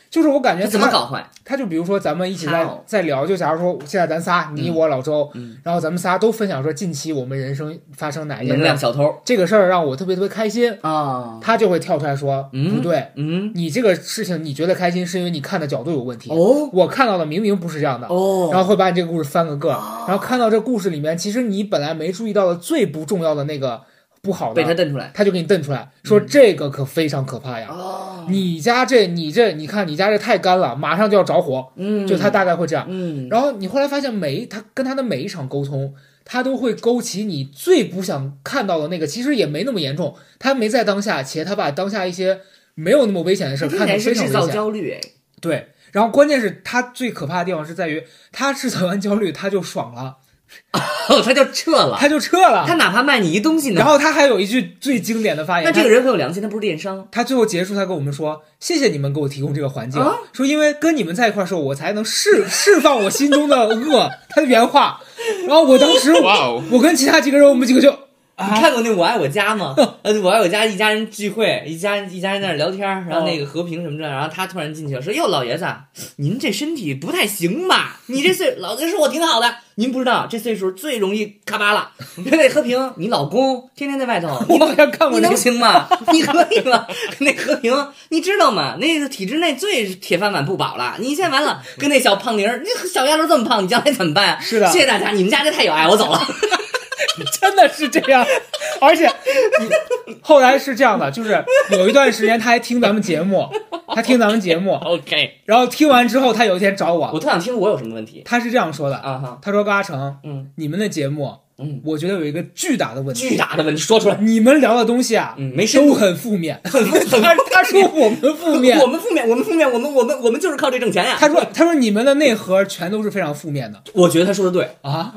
就是我感觉他怎么搞坏？ 他就比如说咱们一起在在聊，就假如说现在咱仨，你我老周， 嗯， 然后咱们仨都分享说近期我们人生发生哪一件能量小偷这个事儿让我特别特别开心啊， 他就会跳出来说、 嗯、 不对， 嗯， 你这个事情你觉得开心是因为你看的角度有问题哦， 我看到的明明不是这样的哦， 然后会把你这个故事翻个个、哦、然后看到这故事里面其实你本来没注意到的最不重要的那个不好的被他瞪出来， 他就给你瞪出来说这个可非常可怕呀、 哦， 你家这你这你看你家这太干了马上就要着火， 嗯， 就他大概会这样， 嗯， 然后你后来发现每他跟他的每一场沟通他都会勾起你最不想看到的那个，其实也没那么严重，他没在当下，且他把当下一些没有那么危险的事看得非常危险， 制造焦虑哎， 对，然后关键是他最可怕的地方是在于他制造完焦虑他就爽了哦，他就撤了， 他就撤了， 他哪怕卖你一东西呢。 然后他还有一句最经典的发言， 那这个人很有良心，他不是电商。 他最后结束，他跟我们说：“谢谢你们给我提供这个环境， 啊、 说因为跟你们在一块儿时候，我才能释释放我心中的恶。”他的原话。然后我当时， 哇我跟其他几个人，我们几个就。 啊、你看过那《我爱我家》吗？呃，《我爱我家》一家人聚会，一家一家人在那聊天，然后那个和平什么的，然后他突然进去了，说：“哟，老爷子，您这身体不太行吧？你这岁，老子说我挺好的，您不知道这岁数最容易咔巴了。那和平，你老公天天在外头， 我好像看过， 你能行吗？你可以吗？那和平，你知道吗？那个体制内最铁饭碗不保了。你现在完了，跟那小胖玲，你小丫头这么胖，你将来怎么办啊？ 是的， 谢谢大家，你们家这太有爱，我走了。” 真的是这样，而且后来是这样的，就是有一段时间他还听咱们节目，他听咱们节目 ，OK， 然后听完之后，他有一天找我， 我特想听我有什么问题。 他是这样说的啊哈， 他说高阿成， 嗯， 你们的节目， 嗯， 我觉得有一个巨大的问题， 巨大的问题说出来， 你们聊的东西啊， 嗯，没都很负面，他他说我们负面， 我们负面，我们负面，我们我们我们就是靠这挣钱呀。 他说他说你们的内核全都是非常负面的， 我觉得他说的对啊。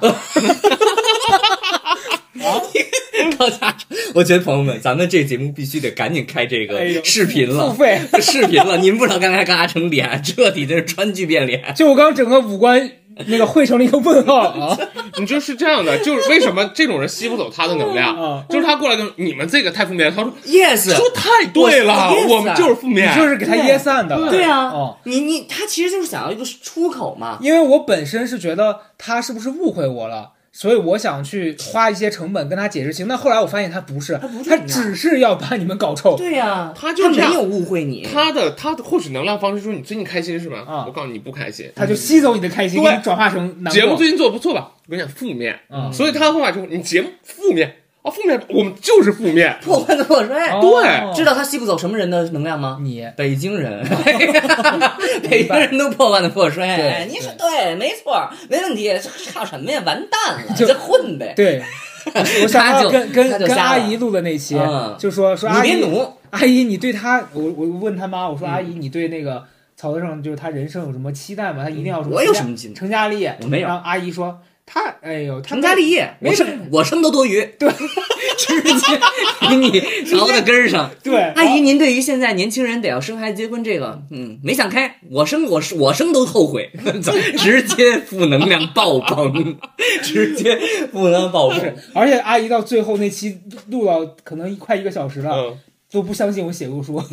啊，高家，我觉得朋友们，咱们这节目必须得赶紧开这个视频了， 付费视频了。您不知道刚才高嘉诚脸彻底真是川剧变脸， 就我刚整个五官那个汇成了一个问号啊！ 你就是这样的，就是为什么这种人吸不走他的能量？ 啊、 就是他过来就你们这个太负面，他说 yes， 说太对了，我, yes, 我们就是负面， 你就是给他噎散的， 对啊， 哦， 你你他其实就是想要一个出口嘛。 因为我本身是觉得他是不是误会我了。所以我想去花一些成本跟他解释清，但后来我发现他不是， 他不是， 他只是要把你们搞臭。 对呀、啊， 他就他没有误会你， 他的他的获取能量方式说你最近开心是吧？ 啊， 我告诉你不开心， 他就吸走你的开心， 对， 你转化成难过。 节目最近做的不错吧？我跟你讲负面， 嗯， 所以他的方法就是你节目负面。啊、哦，负面，我们就是负面， 破罐子破摔。 哦、 对， 知道他吸不走什么人的能量吗？ 你， 北京人，北京人都破罐子破摔。对，你说对，没错，没问题。靠什么呀？完蛋了，就混呗。 对，我想跟跟跟阿姨录的那期， 嗯、 就说说阿姨， 你别努， 阿姨，你对他，我我问他妈，我说、 嗯、 阿姨，你对那个曹德胜就是他人生有什么期待吗？他一定要什么？ 我有什么期待？ 成家立业， 我没有。 然后阿姨说。他哎呦， 成家立业，我生我生都多余， 对， 直接给你朝在根上。 对， 阿姨，您对于现在年轻人得要生孩子结婚这个，嗯，没想开。我生我我生都后悔，直接负能量爆棚，直接负能量爆棚。 而且阿姨到最后那期录到可能快一个小时了， 嗯、 都不相信我写过书。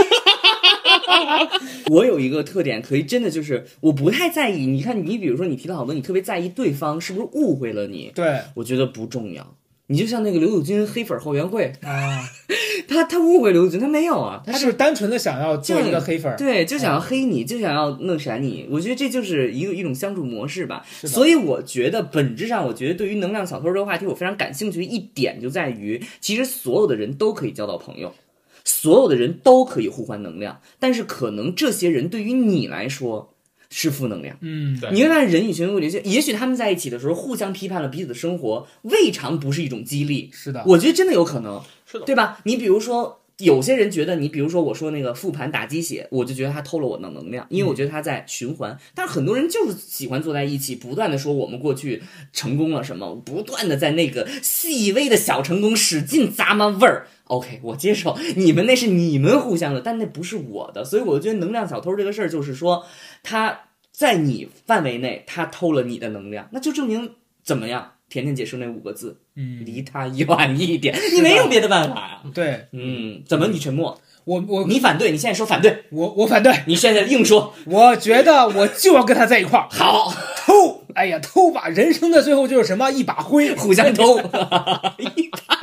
我有一个特点，可以真的就是我不太在意。你看，你比如说你提了好多，你特别在意对方是不是误会了你。 对， 我觉得不重要。你就像那个刘友军黑粉后援会啊， 他他误会刘友军，他没有啊， 他是单纯的想要做一个黑粉， 对，就想要黑你，就想要弄闪你。我觉得这就是一个一种相处模式吧。 是的， 所以我觉得本质上，我觉得对于能量小偷这个话题，我非常感兴趣的一点就在于，其实所有的人都可以交到朋友。所有的人都可以互换能量，但是可能这些人对于你来说是负能量。 嗯， 你会发现人与群为邻，也许他们在一起的时候互相批判了彼此的生活，未尝不是一种激励。 是的， 我觉得真的有可能， 是的， 对吧？你比如说。有些人觉得你，比如说我说那个复盘打鸡血，我就觉得他偷了我的能量，因为我觉得他在循环。嗯、但是很多人就是喜欢坐在一起，不断的说我们过去成功了什么，不断的在那个细微的小成功使劲咂嘛味儿。OK， 我接受，你们那是你们互相的，但那不是我的。所以我觉得能量小偷这个事儿，就是说他在你范围内，他偷了你的能量，那就证明怎么样？甜甜姐说那五个字， 嗯， 离他远一点，你没有别的办法呀、啊。 对， 嗯，怎么你沉默？ 我我你反对，你现在说反对， 我我反对， 你现在硬说， 我觉得我就要跟他在一块儿。 好， 偷，哎呀，偷吧，人生的最后就是什么一把灰， 互相偷，一把。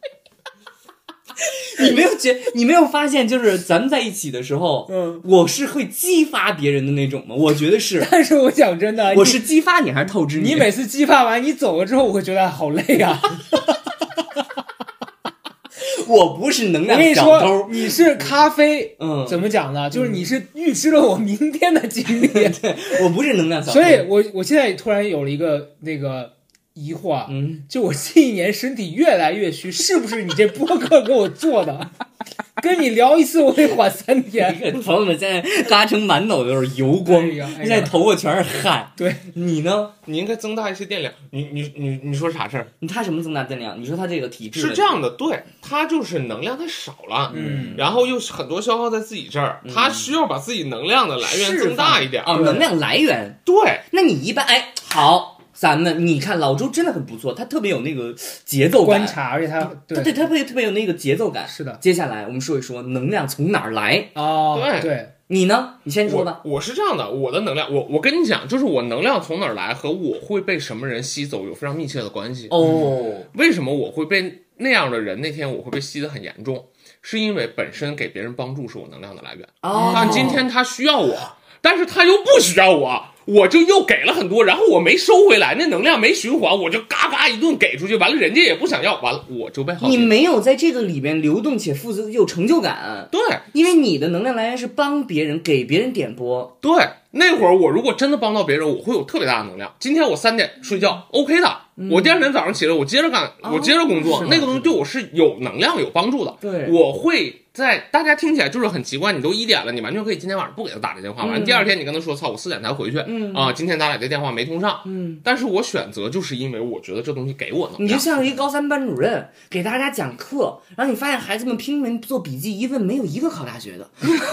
你没有觉，你没有发现，就是咱们在一起的时候，嗯，我是会激发别人的那种吗？我觉得是。 但是我讲真的， 我是激发你还是透支你？ 你每次激发完，你走了之后，我会觉得好累啊。 我不是能量小偷， 我跟你说，你是咖啡， 嗯， 怎么讲呢？就是你是预知了我明天的经历。 对，我不是能量小偷， 所以我我现在突然有了一个那个疑惑， 嗯， 就我这一年身体越来越虚，是不是你这播客给我做的？跟你聊一次我得缓三天。 朋友们现在嘎成满脑都是油光， 哎呀哎呀现在头发全是汗。 对， 你呢？ 你应该增大一些电量。你你你你说啥事儿？ 你他什么增大电量？你说他这个体质是这样的，对，他就是能量太少了， 嗯， 然后又很多消耗在自己这儿，他需要把自己能量的来源增大一点。 哦，能量来源。 对， 那你一般哎好。咱们你看老周真的很不错，他特别有那个节奏感， 观察，而且他对他对他特别特别有那个节奏感。 是的。 接下来我们说一说能量从哪儿来。 哦， 对对， 你呢？你先说吧。 我, 我是这样的，我的能量，我我跟你讲，就是我能量从哪儿来和我会被什么人吸走有非常密切的关系。 哦， 为什么我会被那样的人那天我会被吸得很严重？是因为本身给别人帮助是我能量的来源。 哦， 但今天他需要我，但是他又不需要我。我就又给了很多，然后我没收回来，那能量没循环，我就嘎嘎一顿给出去，完了人家也不想要，完了我就被耗尽。 你没有在这个里边流动且负责有成就感。 对， 因为你的能量来源是帮别人，给别人点播。 对，那会儿我如果真的帮到别人，我会有特别大的能量。今天我三点睡觉 OK 的，嗯、我第二天早上起来我接着干，我接着工作，哦、那个东西对我是有能量有帮助的。 对， 我会在大家听起来就是很奇怪，你都一点了，你完全可以今天晚上不给他打这电话，完、嗯、第二天你跟他说，操，我四点才回去，嗯啊，今天咱俩这电话没通上，嗯，但是我选择就是因为我觉得这东西给我能量。 你就像一个高三班主任给大家讲课，然后你发现孩子们拼命做笔记，一问没有一个考大学的。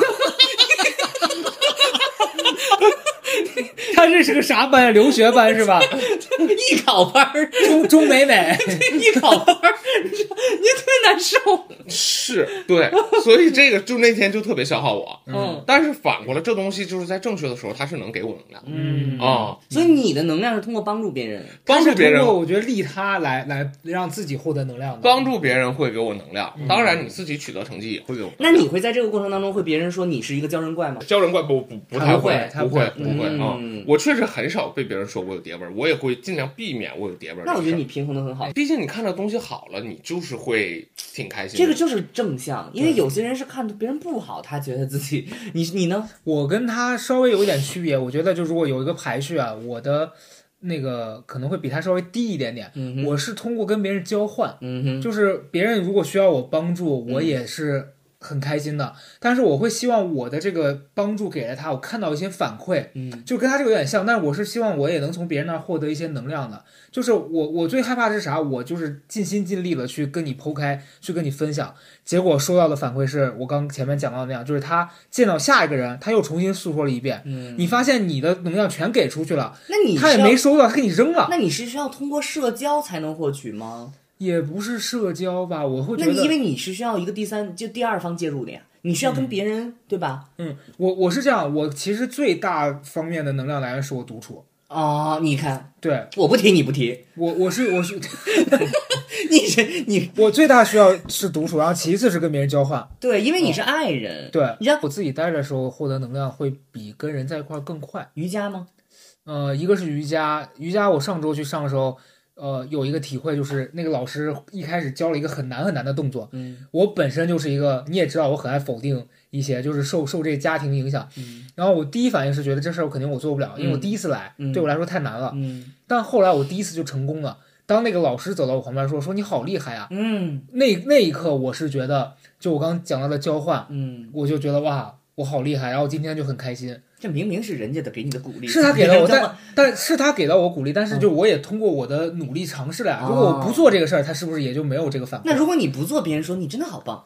他这是个啥班？留学班是吧？ 艺考班， 中中美美艺考班，你特别难受。 是，对，所以这个就那天就特别消耗我。 嗯， 但是反过来，这东西就是在正确的时候，它是能给我能量。 嗯啊、哦， 所以你的能量是通过帮助别人， 帮助别人， 我觉得利他来来让自己获得能量的。 帮助别人会给我能量，嗯、当然你自己取得成绩也会给我能量。 那你会在这个过程当中会别人说你是一个鲛人怪吗？ 鲛人怪不不不太会， 不会不会啊、 嗯！ 我确实很少被别人说我有蝶味，我也会尽量避免我有蝶味。 那我觉得你平衡的很好， 毕竟你看到东西好了，你就是会挺开心的。 这个就是正向，因为有些人是看别人不好，他觉得自己。你你呢？ 我跟他稍微有一点区别，我觉得就如果有一个排序啊，我的那个可能会比他稍微低一点点。 嗯、 我是通过跟别人交换， 嗯哼， 就是别人如果需要我帮助，我也是很开心的。但是我会希望我的这个帮助给了他，我看到一些反馈， 嗯， 就跟他这个有点像，但是我是希望我也能从别人那儿获得一些能量的。就是我我最害怕的是啥？我就是尽心尽力的去跟你剖开，去跟你分享，结果收到的反馈是我刚前面讲到的那样，就是他见到下一个人，他又重新诉说了一遍， 嗯， 你发现你的能量全给出去了， 那你他也没收到，他给你扔了。 那你是需要通过社交才能获取吗？ 也不是社交吧，我会觉得， 那因为你是需要一个第三就第二方介入的呀，你需要跟别人、嗯、对吧？ 嗯，我我是这样，我其实最大方面的能量来源是我独处。 哦，你看， 对， 我不提你不提， 我我是我是， 你是你， 我最大需要是独处，然后其次是跟别人交换。 对，因为你是爱人。 哦、对， 你知道我自己待着的时候获得能量会比跟人在一块更快。 瑜伽吗？ 呃，一个是瑜伽，瑜伽我上周去上的时候。呃，有一个体会，就是那个老师一开始教了一个很难很难的动作。 嗯， 我本身就是一个，你也知道，我很爱否定一些，就是受受这个家庭影响。 嗯， 然后我第一反应是觉得这事儿肯定我做不了，因为我第一次来， 嗯、 对我来说太难了。 嗯， 但后来我第一次就成功了。当那个老师走到我旁边说：“说你好厉害啊！” 嗯， 那那一刻我是觉得，就我刚刚讲到的交换， 嗯， 我就觉得哇，我好厉害，然后今天就很开心。 这明明是人家的给你的鼓励， 是他给了我，但但是他给到我鼓励，但是就我也通过我的努力尝试了呀。 哦、 如果我不做这个事儿，他是不是也就没有这个反馈？ 那如果你不做，别人说你真的好棒，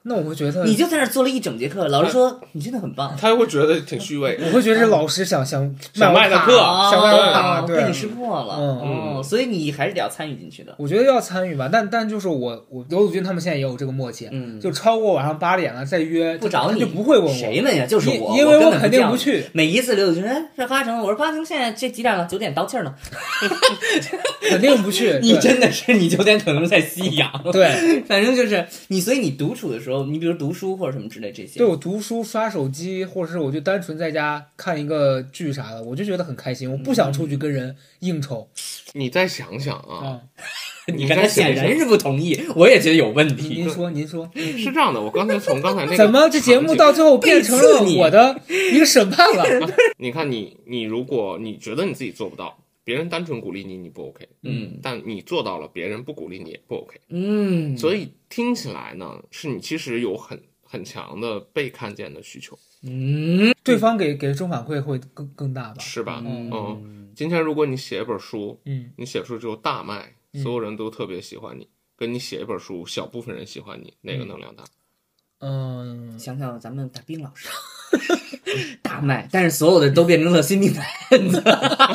那我会觉得你就在那儿做了一整节课，老师说你真的很棒， 他会觉得挺虚伪。 我会觉得是老师想想想卖的课， 想卖我卡，对， 被你识破了。 嗯， 哦，所以你还是得要参与进去的。 我觉得要参与吧，但但就是我我刘祖军他们现在也有这个默契， 嗯， 就超过晚上八点了再约不找你就不会问我谁们呀，就是我， 因为我肯定不去。 每一次刘祖军哎是八成，我说八成现在这几点了？九点到气儿呢， 肯定不去。 你真的是你九点可能在夕阳， 对， 反正就是你，所以你独处的时候，你比如读书或者什么之类这些， 对我读书、刷手机，或者是我就单纯在家看一个剧啥的，我就觉得很开心。我不想出去跟人应酬。 你再想想啊， 嗯、 你刚才显然是不同意，我也觉得有问题。 您说，您说， 是这样的，我刚才从刚才那个怎么这节目到最后变成了我的一个审判了？ 你看你，你如果你觉得你自己做不到。别人单纯鼓励你，你不 OK， 嗯， 但你做到了，别人不鼓励你也不 OK， 嗯， 所以听起来呢，是你其实有很很强的被看见的需求， 嗯， 对方给给正反馈会更更大吧， 是吧？ 嗯， 嗯，今天如果你写一本书， 嗯， 你写出之后大卖，所有人都特别喜欢你，跟你写一本书，小部分人喜欢你，哪个能量大？ 嗯， 想想咱们大兵老师大卖，但是所有的都变成了新兵蛋子。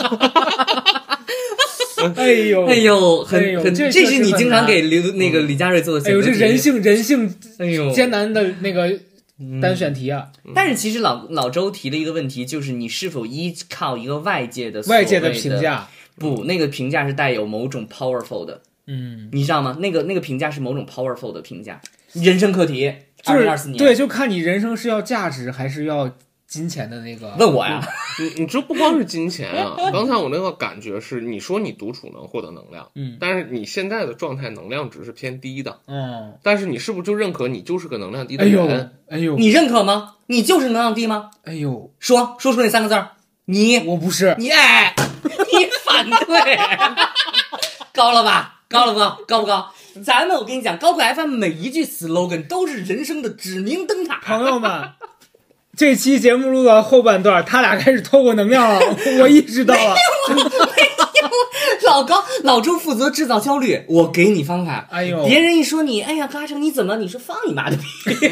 哎呦， 哎呦，很哎呦很， 这这是你经常给刘那个李佳瑞做的。 哎呦，这人性人性， 哎呦， 艰难的那个单选题啊！ 嗯、但是其实老老周提的一个问题就是，你是否依靠一个外界的外界的评价？ 不，那个评价是带有某种 powerful 的。 嗯， 你知道吗？那个那个评价是某种 powerful 的评价。人生课题，二零二四年， 对，就看你人生是要价值还是要金钱的那个。 问我呀？ 你你这不光是金钱啊！刚才我那个感觉是，你说你独处能获得能量， 嗯， 但是你现在的状态能量值是偏低的， 嗯， 但是你是不是就认可你就是个能量低的人？ 哎呦，哎呦， 你认可吗？你就是能量低吗？ 哎呦， 说说出那三个字儿，你我不是你哎，你反对，高了吧？高了不高？高不高？咱们我跟你讲，高贵 F M 每一句 slogan 都是人生的指明灯塔。 朋友们，这期节目录到后半段，他俩开始透过能量了，我意识到了。 没有，没有，老高老周负责制造焦虑，我给你方法。 哎呦， 别人一说你，哎呀，嘎成你怎么？你说放你妈的屁！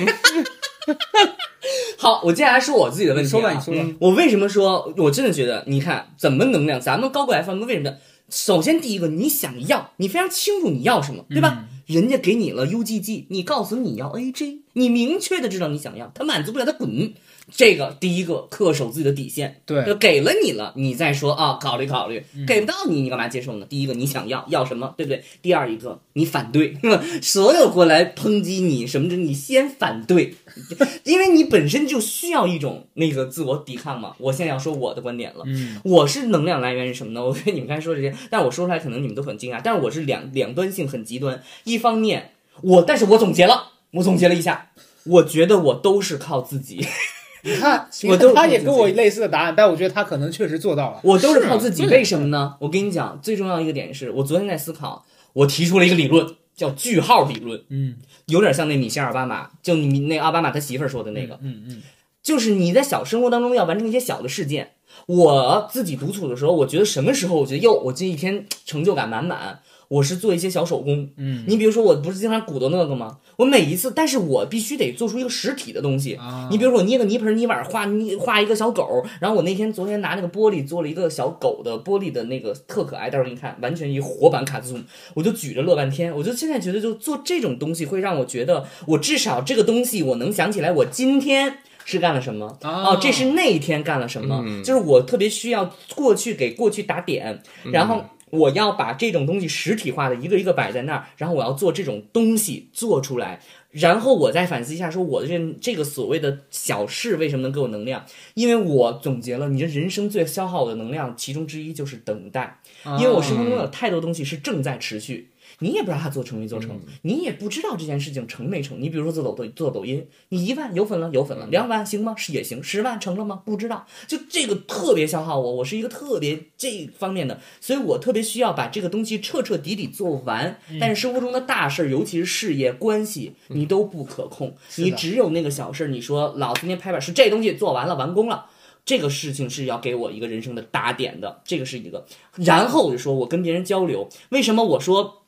好，我接下来说我自己的问题、啊。 说吧，你说吧、 嗯。我为什么说？我真的觉得，你看怎么能量？咱们高贵 F M 为什么？首先，第一个，你想要，你非常清楚你要什么，对吧？嗯、人家给你了 U G G， 你告诉你要 A J， 你明确的知道你想要，他满足不了他滚。这个第一个恪守自己的底线， 对， 就给了你了，你再说啊，考虑考虑，嗯、给不到你，你干嘛接受呢？第一个，你想要要什么，对不对？第二一个，你反对，所有过来抨击你什么的，你先反对，因为你本身就需要一种那个自我抵抗嘛。我现在要说我的观点了， 嗯， 我是能量来源是什么呢？我觉得你们刚才说这些，但我说出来可能你们都很惊讶，但是我是两两端性很极端。一方面，我但是我总结了，我总结了一下，我觉得我都是靠自己。 你看，我都他也跟我类似的答案，但我觉得他可能确实做到了。 我都是靠自己，为什么呢？我跟你讲，最重要一个点是我昨天在思考，我提出了一个理论，叫句号理论。 嗯， 有点像那米歇尔·奥巴马，就你那奥巴马他媳妇儿说的那个。 嗯嗯， 就是你在小生活当中要完成一些小的事件。我自己独处的时候，我觉得什么时候，我觉得哟，我这一天成就感满满。我是做一些小手工， 嗯， 你比如说，我不是经常鼓捣那个吗？我每一次，但是我必须得做出一个实体的东西。 啊、 你比如说，我捏个泥盆泥碗，画泥画一个小狗，然后我那天昨天拿那个玻璃做了一个小狗的玻璃的那个特可爱，待会儿给你看，完全一活版卡通，我就举着乐半天。我就现在觉得，就做这种东西会让我觉得，我至少这个东西我能想起来，我今天是干了什么哦， 哦，这是那一天干了什么， 嗯、 就是我特别需要过去给过去打点，然后。我要把这种东西实体化的一个一个摆在那儿，然后我要做这种东西做出来，然后我再反思一下，说我的这这个所谓的小事为什么能给我能量？因为我总结了，你这人生最消耗我的能量，其中之一就是等待，因为我生活中有太多东西是正在持续。你也不知道它做成没做成，嗯、你也不知道这件事情成没成。你比如说做抖抖做抖音，你一万有粉了有粉了，两万行吗？是也行，十万成了吗？不知道。就这个特别消耗我，我是一个特别这方面的，所以我特别需要把这个东西彻彻底底做完。 嗯、 但是生活中的大事，尤其是事业关系，你都不可控， 嗯、 你只有那个小事。你说老今天拍板是这东西做完了完工了。这个事情是要给我一个人生的打点的，这个是一个。然后我就说我跟别人交流，为什么我说？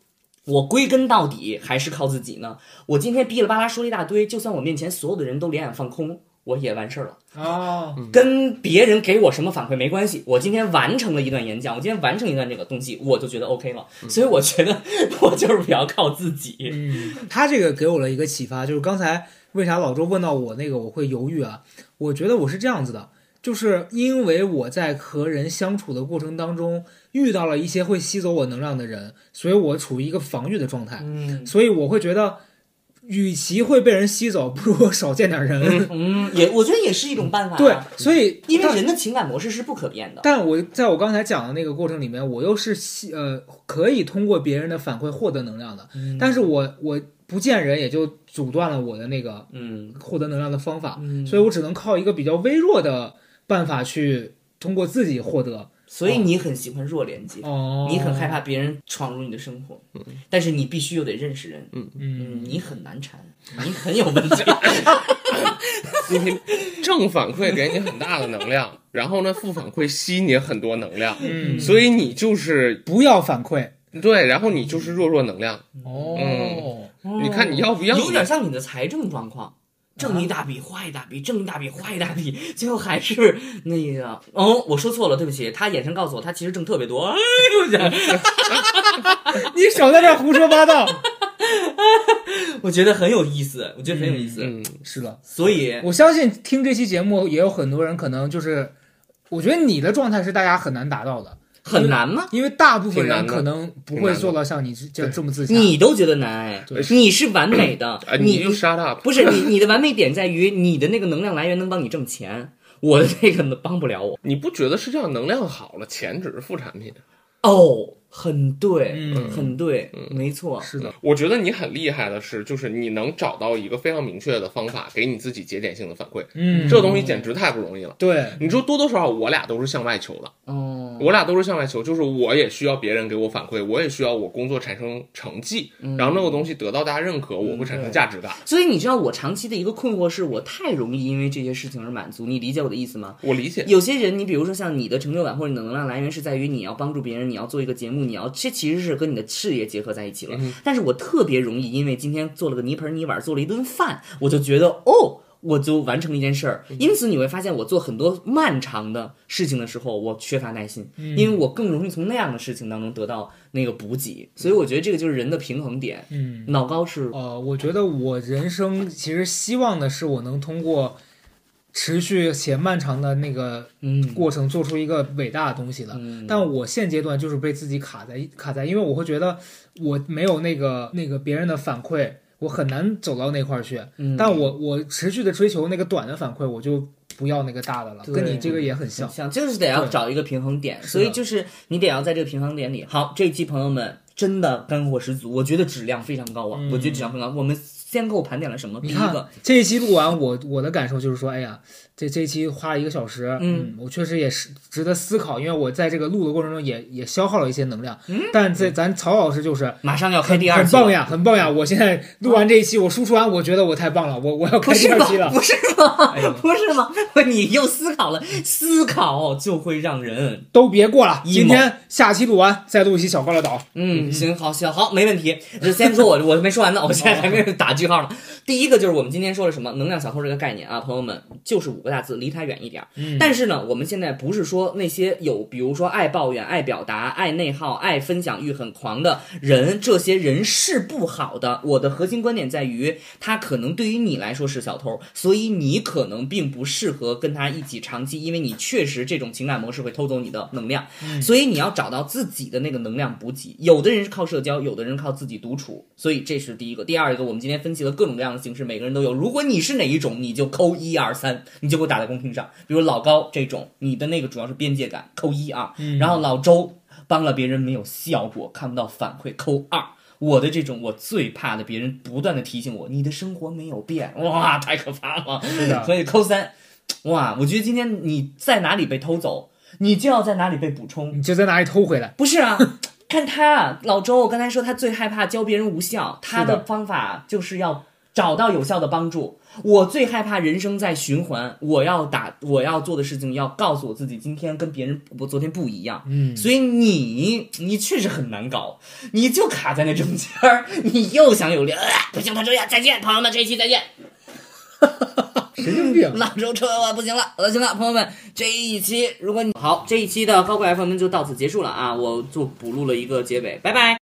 我归根到底还是靠自己呢。我今天哔哩吧啦说了一大堆，就算我面前所有的人都两眼放空，我也完事儿了。 哦， 跟别人给我什么反馈没关系，我今天完成了一段演讲，我今天完成一段这个东西，我就觉得 OK 了。所以我觉得我就是比较靠自己。 嗯，他这个给我了一个启发，就是刚才为啥老周问到我那个我会犹豫啊？我觉得我是这样子的，就是因为我在和人相处的过程当中遇到了一些会吸走我能量的人，所以我处于一个防御的状态。 嗯， 所以我会觉得，与其会被人吸走，不如我少见点人。 嗯，也我觉得也是一种办法、啊。 对，所以因为人的情感模式是不可变的。 但我在我刚才讲的那个过程里面，我又是呃可以通过别人的反馈获得能量的， 嗯、 但是我我不见人也就阻断了我的那个嗯获得能量的方法， 嗯、 所以我只能靠一个比较微弱的办法去通过自己获得。 所以你很喜欢弱连接， 哦， 你很害怕别人闯入你的生活，嗯、但是你必须又得认识人， 嗯嗯，你很难缠，你很有问题。 你正反馈给你很大的能量，然后呢，负反馈吸你很多能量， 嗯， 所以你就是不要反馈， 对，然后你就是弱弱能量。 哦， 嗯，你看你要不要？ 有点像你的财政状况。挣一大笔，花一大笔，挣一大笔，花一大笔，最后还是那个哦，我说错了，对不起。他眼神告诉我，他其实挣特别多。哎呦， 你少在这胡说八道。 我觉得很有意思，我觉得很有意思。 嗯， 是的， 所以我相信听这期节目也有很多人可能就是，我觉得你的状态是大家很难达到的。 很难吗？ 因为大部分人可能不会做到像你这这么自洽。 你都觉得难，你是完美的， 你就 shut up。 不是你，你的完美点在于你的那个能量来源能帮你挣钱，我的这个帮不了我。 你不觉得是这样？能量好了，钱只是副产品。 哦，很对， 嗯， 很对， 嗯， 没错， 是的。 我觉得你很厉害的是，就是你能找到一个非常明确的方法，给你自己节点性的反馈。 嗯， 这东西简直太不容易了。 对， 你说多多少少，我俩都是向外求的。 哦， 我俩都是向外求，就是我也需要别人给我反馈，我也需要我工作产生成绩， 嗯、 然后那个东西得到大家认可，我会产生价值感。 所以你知道我长期的一个困惑是，我太容易因为这些事情而满足。你理解我的意思吗？ 我理解。 有些人，你比如说像你的成就感或者你的能量来源是在于你要帮助别人，你要做一个节目，你要这其实是跟你的事业结合在一起了。 嗯、 但是我特别容易因为今天做了个泥盆泥碗，做了一顿饭，我就觉得哦。我就完成了一件事儿，因此你会发现我做很多漫长的事情的时候，我缺乏耐心， 嗯、 因为我更容易从那样的事情当中得到那个补给，所以我觉得这个就是人的平衡点。 嗯， 老高是呃，我觉得我人生其实希望的是我能通过持续且漫长的那个过程做出一个伟大的东西的， 嗯、 但我现阶段就是被自己卡在卡在，因为我会觉得我没有那个那个别人的反馈。我很难走到那块儿去， 嗯、 但我我持续的追求那个短的反馈，我就不要那个大的了，跟你这个也很像， 像就是得要找一个平衡点，所以就是你得要在这个平衡点里。好，这一期朋友们真的干货十足，我觉得质量非常高啊， 嗯、 我觉得质量非常高。我们先给我盘点了什么？第一个， 这一期录完，我我的感受就是说，哎呀，这这一期花了一个小时， 嗯， 嗯我确实也是值得思考，因为我在这个录的过程中也也消耗了一些能量， 嗯， 但这咱曹老师就是马上要开第二期，很棒呀，很棒呀！我现在录完这一期，我输出完，我觉得我太棒了，我我要开第二期了， 不是吗？不是吗？不是吗？你又思考了，思考就会让人都别过了。今天下期录完，再录一期小高乐岛。 嗯，行，好，行，好，没问题。就先说我我没说完呢，我现在还没有打句号呢。第一个就是我们今天说了什么能量小偷这个概念啊，朋友们，就是五个大字，离它远一点。 嗯， 但是呢，我们现在不是说那些有，比如说爱抱怨、爱表达、爱内耗、爱分享欲很狂的人，这些人是不好的。我的核心观点在于，他可能对于你来说是小偷，所以你可能并不适合跟他一起长期，因为你确实这种情感模式会偷走你的能量。 嗯， 所以你要找到自己的那个能量补给。有的人是靠社交，有的人靠自己独处，所以这是第一个。第二个，我们今天分析了各种各样的形式，每个人都有。如果你是哪一种，你就扣一二三，你就给我打在公屏上。比如老高这种，你的那个主要是边界感，扣一啊。 嗯， 然后老周帮了别人没有效果，看不到反馈，扣二。我的这种，我最怕的别人不断的提醒我，你的生活没有变，哇，太可怕了。 是的， 所以扣三。哇，我觉得今天你在哪里被偷走，你就要在哪里被补充， 你就在哪里偷回来。 不是啊。看他老周，我刚才说他最害怕教别人无效，他的方法就是要找到有效的帮助。我最害怕人生在循环，我要打我要做的事情要告诉我自己今天跟别人我昨天不一样。 嗯， 所以你你确实很难搞，你就卡在那中间儿，你又想有力、呃、不行，他这样再见朋友们，这一期再见。 神经病， 腊肉车我不行了，恶心了，朋友们，这一期如果你好，这一期的高贵 F M 就到此结束了啊，我就补录了一个结尾，拜拜。